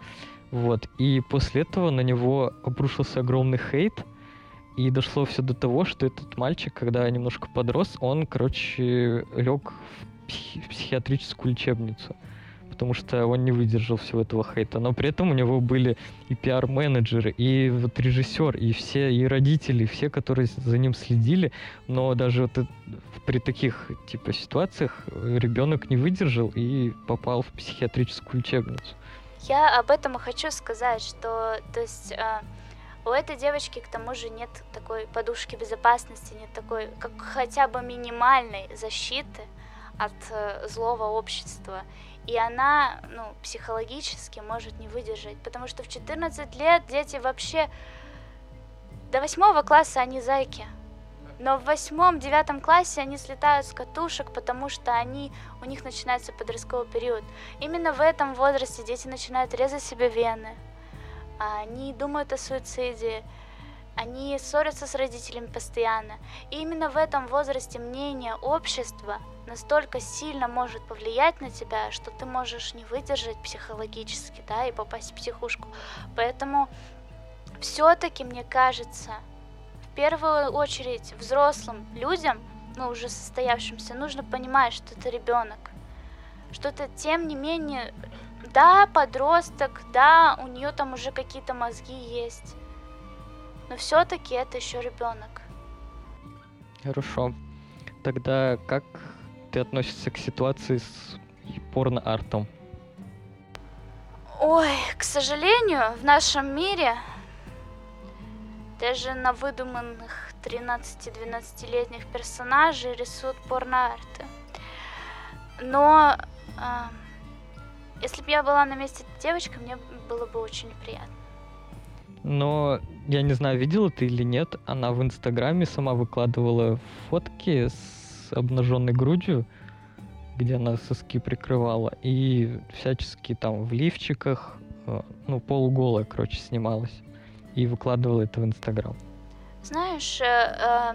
Speaker 2: Вот. И после этого на него обрушился огромный хейт, и дошло все до того, что этот мальчик, когда немножко подрос, он, короче, лег в, психи- в психиатрическую лечебницу, потому что он не выдержал всего этого хейта. Но при этом у него были и пиар-менеджеры, и вот режиссер, и все, и родители, все, которые за ним следили. Но даже вот это- при таких типа ситуациях ребенок не выдержал и попал в психиатрическую лечебницу.
Speaker 1: Я об этом и хочу сказать, что, то есть, а, у этой девочки к тому же нет такой подушки безопасности, нет такой, как хотя бы минимальной защиты от э, злого общества. И она, ну, психологически может не выдержать, потому что в четырнадцать лет дети вообще до восьмого класса они зайки. Но в восьмом-девятом классе они слетают с катушек, потому что они, у них начинается подростковый период. Именно в этом возрасте дети начинают резать себе вены, они думают о суициде, они ссорятся с родителями постоянно. И именно в этом возрасте мнение общества настолько сильно может повлиять на тебя, что ты можешь не выдержать психологически, да, и попасть в психушку. Поэтому все-таки, мне кажется, в первую очередь взрослым людям, ну, уже состоявшимся, нужно понимать, что это ребенок. Что это, тем не менее, да, подросток, да, у нее там уже какие-то мозги есть. Но все-таки это еще ребенок.
Speaker 2: Хорошо. Тогда как ты относишься к ситуации с порно-артом?
Speaker 1: Ой, к сожалению, в нашем мире даже на выдуманных тринадцати-двенадцатилетних персонажей рисуют порно-арты. Но э, если бы я была на месте девочки, мне было бы очень неприятно.
Speaker 2: Но я не знаю, видела ты или нет, она в Инстаграме сама выкладывала фотки с обнаженной грудью, где она соски прикрывала, и всячески там в лифчиках, э, ну, полуголая, короче, снималась. И выкладывала это в Инстаграм.
Speaker 1: Знаешь, э, э,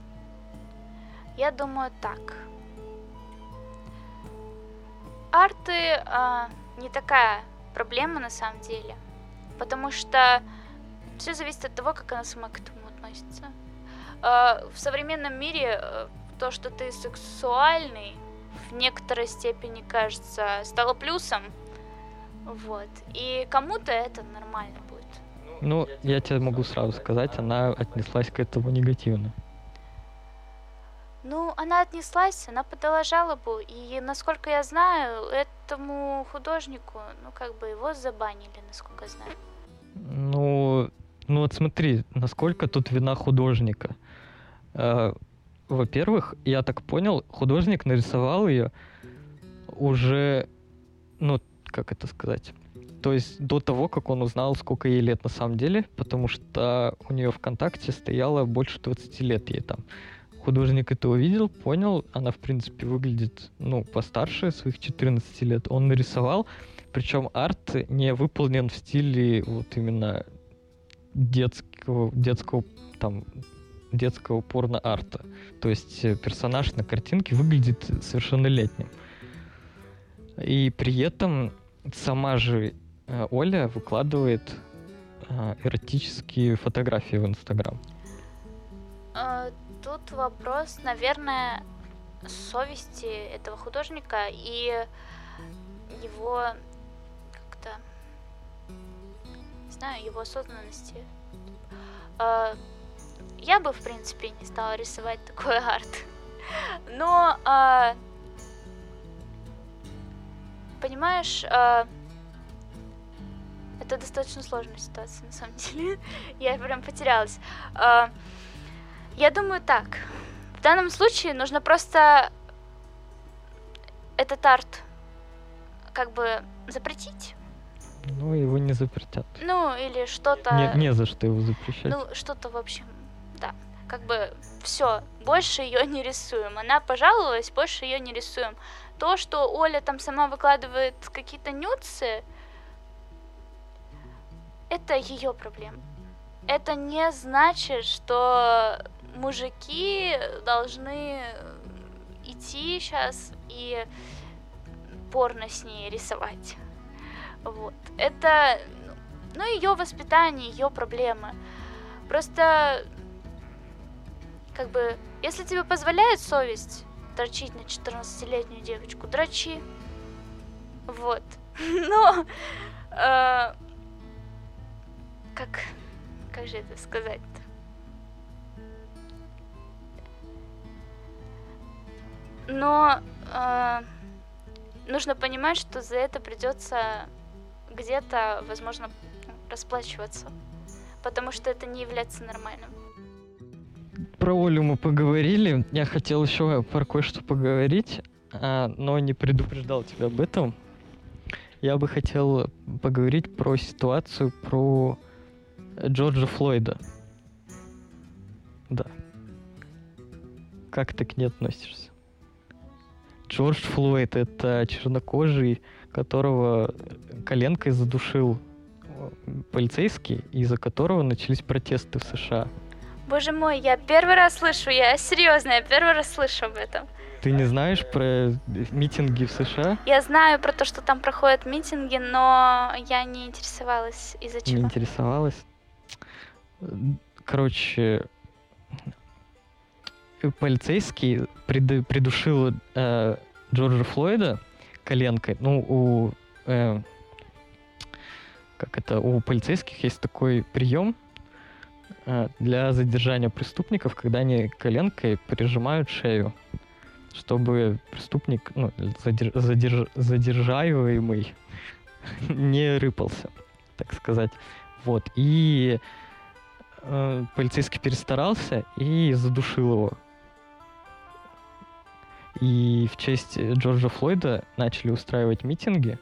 Speaker 1: я думаю так. Арты э, не такая проблема на самом деле, потому что все зависит от того, как она сама к этому относится. Э, в современном мире э, то, что ты сексуальный, в некоторой степени, кажется, стало плюсом. Вот. И кому-то это нормально будет.
Speaker 2: Ну, я тебе могу сразу сказать, она отнеслась к этому негативно.
Speaker 1: Ну, она отнеслась, она подала жалобу, и, насколько я знаю, этому художнику, ну, как бы его забанили, насколько я знаю.
Speaker 2: Ну, ну вот смотри, насколько тут вина художника. Э, во-первых, я так понял, художник нарисовал ее уже, ну, как это сказать, то есть до того, как он узнал, сколько ей лет на самом деле, потому что у нее ВКонтакте стояло больше двадцати лет ей там. Художник это увидел, понял, она, в принципе, выглядит, ну, постарше своих четырнадцати лет. Он нарисовал, причем арт не выполнен в стиле вот именно детского, детского, там, детского порно-арта. То есть персонаж на картинке выглядит совершеннолетним. И при этом сама же э, Оля выкладывает э, эротические фотографии в Инстаграм.
Speaker 1: А, Тут вопрос, наверное, совести этого художника и его как-то, не знаю, его осознанности. А, Я бы, в принципе, не стала рисовать такой арт. Но, а, понимаешь, а, это достаточно сложная ситуация, на самом деле. Я прям потерялась. А, Я думаю так. В данном случае нужно просто этот арт как бы запретить.
Speaker 2: Ну, его не запретят.
Speaker 1: Ну, или что-то...
Speaker 2: Не, не за что его запрещать.
Speaker 1: Ну, что-то, в общем, да. Как бы все, больше ее не рисуем. Она пожаловалась, больше ее не рисуем. То, что Оля там сама выкладывает какие-то нюцы, это ее проблема. Это не значит, что мужики должны идти сейчас и порно с ней рисовать. Вот. Это ну, ее воспитание, ее проблемы. Просто, как бы, если тебе позволяет совесть дрочить на четырнадцатилетнюю девочку, дрочи. Вот. Но, э, как, как же это сказать-то? Но э, нужно понимать, что за это придется где-то, возможно, расплачиваться, потому что это не является нормальным.
Speaker 2: Про Олю мы поговорили. Я хотел еще про кое-что поговорить, а, но не предупреждал тебя об этом. Я бы хотел поговорить про ситуацию про Джорджа Флойда. Да. Как ты к ней относишься? Джордж Флойд — это чернокожий, которого коленкой задушил полицейский, из-за которого начались протесты в США.
Speaker 1: Боже мой, я первый раз слышу, я серьезно, я первый раз слышу об этом.
Speaker 2: Ты не знаешь про митинги в США?
Speaker 1: Я знаю про то, что там проходят митинги, но я не интересовалась, из-за чего.
Speaker 2: Не интересовалась? Короче, полицейский приду- придушил э, Джорджа Флойда коленкой. Ну, у... Э, как это? У полицейских есть такой прием э, для задержания преступников, когда они коленкой прижимают шею, чтобы преступник, ну, задерж, задерж, задерживаемый не рыпался, так сказать. Вот. И э, полицейский перестарался и задушил его. И в честь Джорджа Флойда начали устраивать митинги,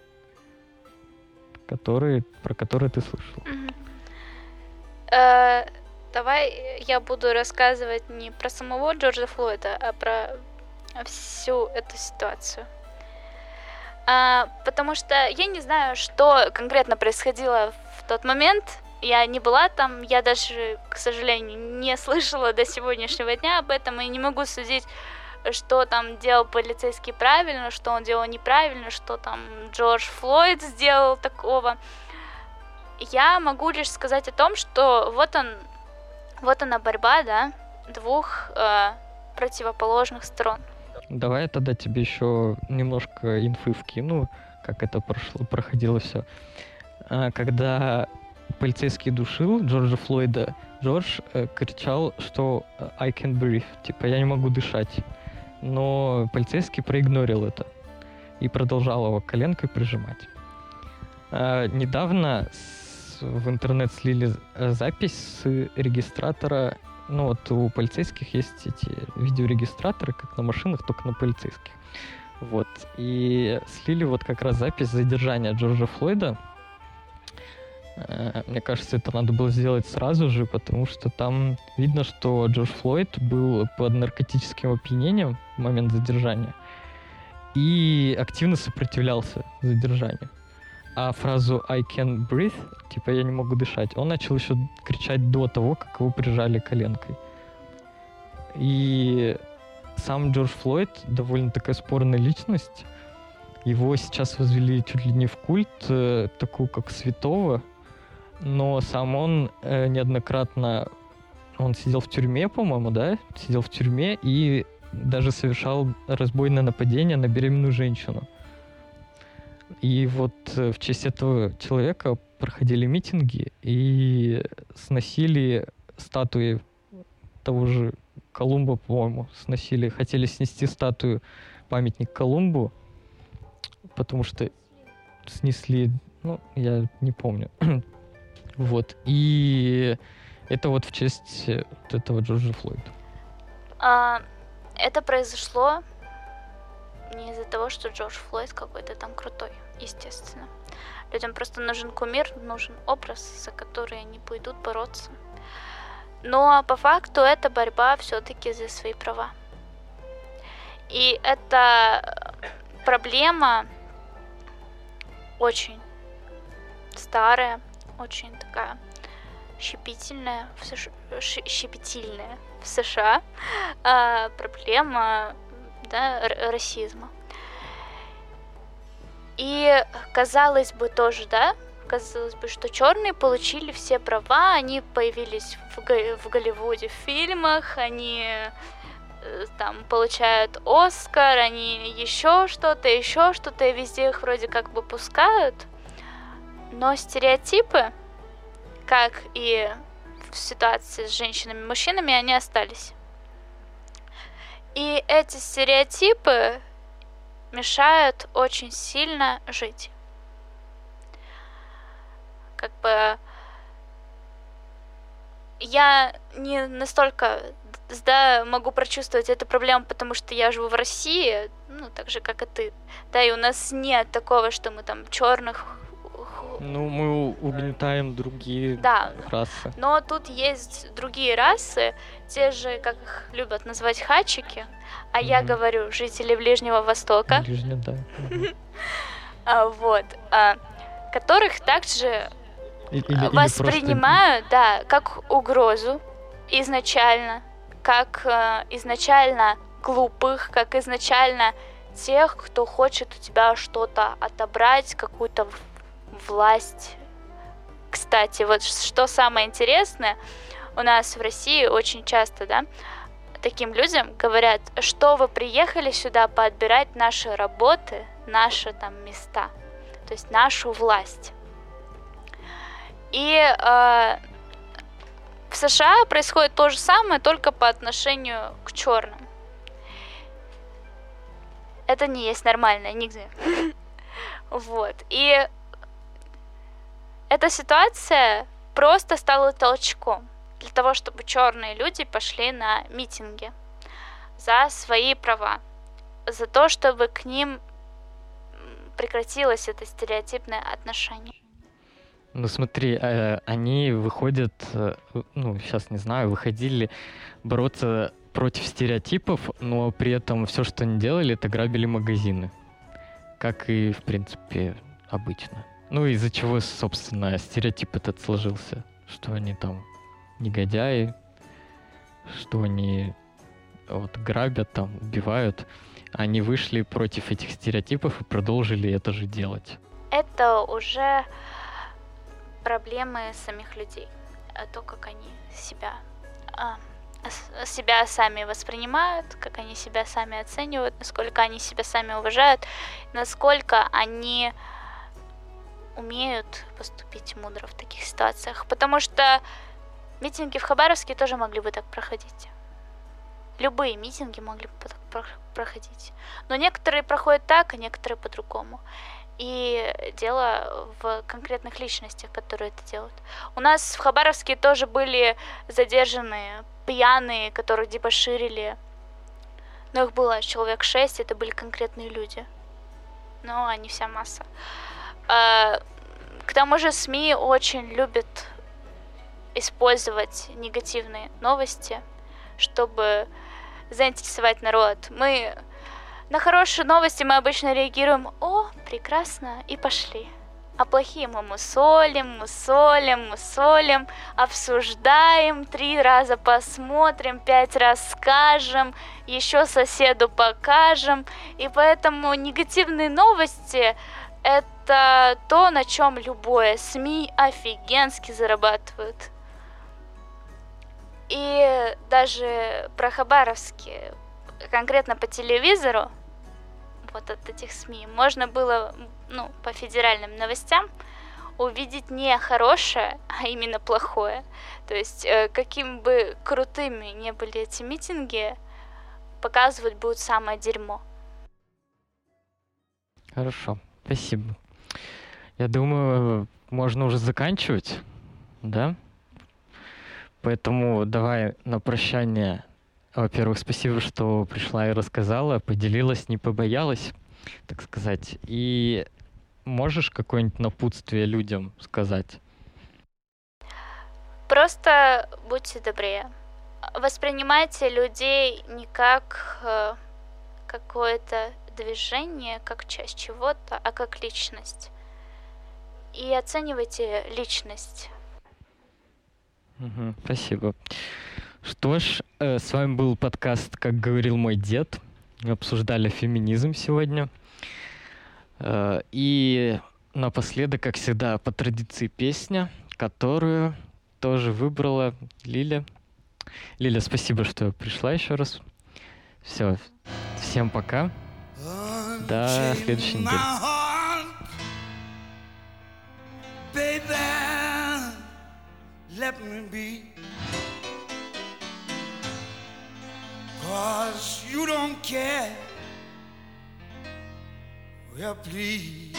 Speaker 2: которые, про которые ты слышал.
Speaker 1: Мгм. Э, Давай я буду рассказывать не про самого Джорджа Флойда, а про всю эту ситуацию. А, потому что я не знаю, что конкретно происходило в тот момент. Я не была там, я даже, к сожалению, не слышала до сегодняшнего дня об этом и не могу судить, что там делал полицейский правильно, что он делал неправильно, что там Джордж Флойд сделал такого. Я могу лишь сказать о том, что вот он, вот она борьба, да, двух э, противоположных сторон.
Speaker 2: Давай я тогда тебе еще немножко инфы вкину, как это прошло, проходило все. Когда полицейский душил Джорджа Флойда, Джордж э, кричал, что I can't breathe, типа я не могу дышать. Но полицейский проигнорил это и продолжал его коленкой прижимать. А, недавно с, в интернет слили запись с регистратора. Ну вот у полицейских есть эти видеорегистраторы, как на машинах, только на полицейских. Вот. И слили вот как раз запись задержания Джорджа Флойда. Мне кажется, это надо было сделать сразу же, потому что там видно, что Джордж Флойд был под наркотическим опьянением в момент задержания и активно сопротивлялся задержанию. А фразу I can't breathe, типа я не могу дышать, он начал еще кричать до того, как его прижали коленкой. И сам Джордж Флойд довольно такая спорная личность. Его сейчас возвели чуть ли не в культ, э, такую как святого. Но сам он э, неоднократно, он сидел в тюрьме, по-моему, да? Сидел в тюрьме и даже совершал разбойное нападение на беременную женщину. И вот э, в честь этого человека проходили митинги и сносили статуи того же Колумба, по-моему, сносили, хотели снести статую, памятник Колумбу, потому что снесли, ну, я не помню. Вот. И это вот в честь вот этого Джорджа Флойда.
Speaker 1: А, это произошло не из-за того, что Джордж Флойд какой-то там крутой, естественно. Людям просто нужен кумир, нужен образ, за который они пойдут бороться. Но по факту это борьба все-таки за свои права. И эта проблема очень старая, очень такая щепетильная в США, щепетильная в США а, проблема, да, р- расизма. И казалось бы тоже, да, казалось бы, что черные получили все права, они появились в, Га- в Голливуде в фильмах, они э, там получают Оскар, они еще что-то, еще что-то, и везде их вроде как бы пускают. Но стереотипы, как и в ситуации с женщинами и мужчинами, они остались. И эти стереотипы мешают очень сильно жить. Как бы я не настолько, да, могу прочувствовать эту проблему, потому что я живу в России, ну, так же, как и ты. Да, и у нас нет такого, что мы там черных.
Speaker 2: Ну, мы угнетаем другие
Speaker 1: Да,
Speaker 2: расы.
Speaker 1: но тут есть другие расы, те же, как их любят называть, хачики, а я
Speaker 2: Мгм.
Speaker 1: говорю жители Ближнего Востока,
Speaker 2: Ближний, да. Мгм.
Speaker 1: а, вот, а, которых также
Speaker 2: И- или- или
Speaker 1: воспринимают, да, как угрозу изначально, как э, изначально глупых, как изначально тех, кто хочет у тебя что-то отобрать, какую-то в- власть. Кстати, вот ш- что самое интересное, у нас в России очень часто, да, таким людям говорят, что вы приехали сюда поотбирать наши работы, наши там места, то есть нашу власть. И э, в США происходит то же самое, только по отношению к черным. Это не есть нормально нигде. Вот. И эта ситуация просто стала толчком для того, чтобы черные люди пошли на митинги за свои права, за то, чтобы к ним м, прекратилось это стереотипное отношение.
Speaker 2: Ну смотри, э, они выходят, э, ну сейчас не знаю, выходили бороться против стереотипов, но при этом все, что они делали, это грабили магазины. Как и, в принципе, обычно. Ну из-за чего, собственно, стереотип этот сложился. Что они там негодяи, что они вот грабят там, убивают. Они вышли против этих стереотипов и продолжили это же делать.
Speaker 1: Это уже проблемы самих людей, а то, как они себя, а, с- себя сами воспринимают, как они себя сами оценивают, насколько они себя сами уважают, насколько они умеют поступить мудро в таких ситуациях. Потому что митинги в Хабаровске тоже могли бы так проходить. Любые митинги могли бы так про- проходить. Но некоторые проходят так, а некоторые по-другому. И дело в конкретных личностях, которые это делают. У нас в Хабаровске тоже были задержаны пьяные, которых дебоширили. Но их было человек шесть, это были конкретные люди. Но они вся масса. А, К тому же СМИ очень любят использовать негативные новости, чтобы заинтересовать народ. Мы на хорошие новости мы обычно реагируем: о, прекрасно, и пошли. А плохие мы мусолим, мусолим, мусолим, обсуждаем, три раза посмотрим, пять раз скажем, еще соседу покажем. И поэтому негативные новости — это то, на чем любое СМИ офигенски зарабатывают. И даже про Хабаровске, конкретно по телевизору, вот от этих СМИ, можно было, ну, по федеральным новостям увидеть не хорошее, а именно плохое. То есть, э, каким бы крутыми ни были эти митинги, показывать будут самое дерьмо.
Speaker 2: Хорошо, спасибо. Я думаю, можно уже заканчивать, да? Поэтому давай на прощание. Во-первых, спасибо, что пришла и рассказала, поделилась, не побоялась, так сказать. И можешь какое-нибудь напутствие людям сказать?
Speaker 1: Просто будьте добрее. Воспринимайте людей не как э, какое-то движение, как часть чего-то, а как личность. И оценивайте личность.
Speaker 2: Мгм, спасибо. Что ж, э, с вами был подкаст «Как говорил мой дед». Мы обсуждали феминизм сегодня. Э, и напоследок, как всегда, по традиции песня, которую тоже выбрала Лиля. Лиля, спасибо, что пришла еще раз. Все, всем пока. До следующей недели.
Speaker 3: Let me be, 'cause you don't care. Well, please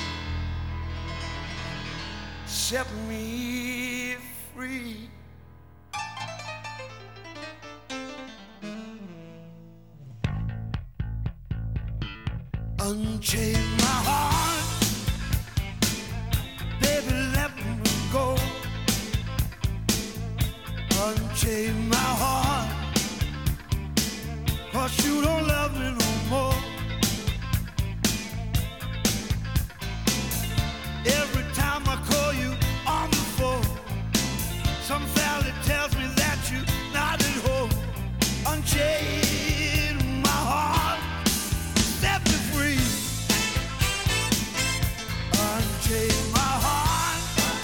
Speaker 3: set me free. Unchain my heart, baby, let me go. Unchain my heart, 'cause you don't love me no more. Every time I call you on the phone, some fella tells me that you're not at home. Unchain my heart, set me free. Unchain my heart,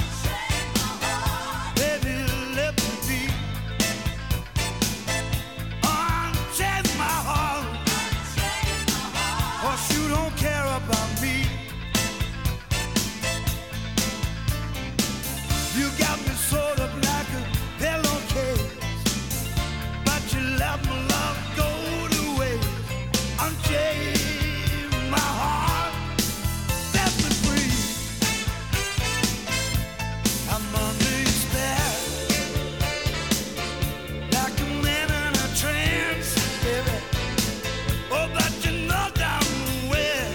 Speaker 3: baby, let me be. Unchain my heart, 'cause you don't care about me. You got me sort of like a pillowcase, but you let my love go to waste. Unchain my heart, set me free. I'm under your spell, like a man in a trance, baby. Oh, but you know damn well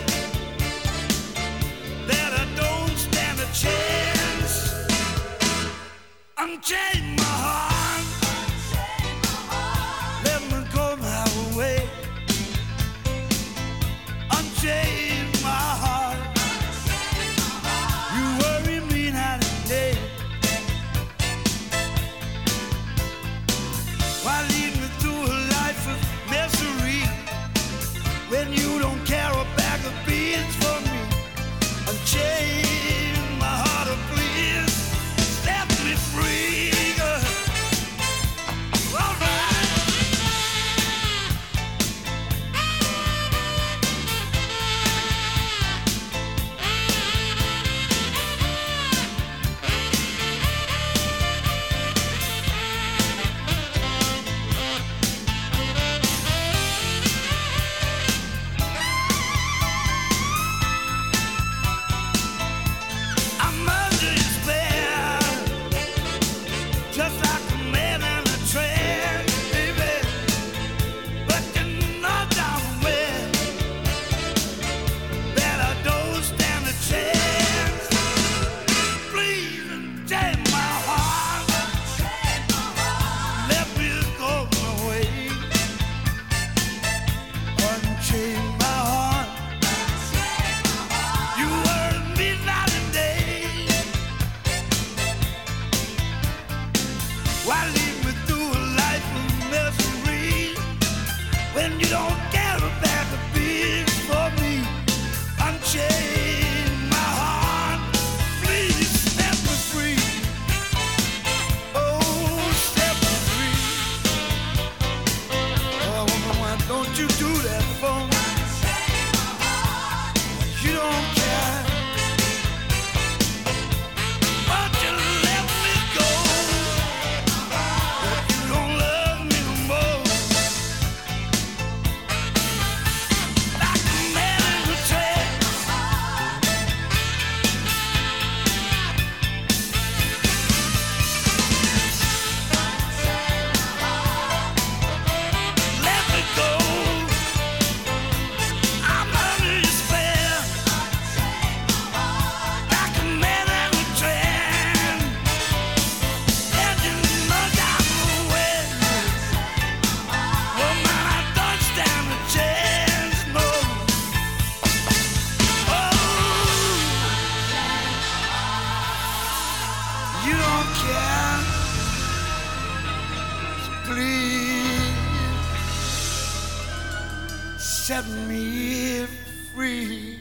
Speaker 3: that I don't stand a chance. Unchain my heart, let me go my way. Unchain my heart, you worry me night and day. Why lead me through a life of misery when you don't care a bag of beans for me? Unchain my heart, oh please, set me free. All right. I'm under your spell, just like a man in a trance, baby. But you know damn well that I don't stand a chance. Please unchain my heart, let me go my way. Unchain my heart, you worry me night and day. Why lead me through a life of misery when you don't care a bag of beans for me? Unchain my heart, please set me free. Oh, set me free. Oh, woman, why don't you do that for me? You don't care, but you let me go. But you don't love me no more. Like a man in a trance. Let me go. I'm under your spell, like a man in a trance. And you know damn well, woman, I don't stand a chance, no. Oh, you don't care, so please set me free.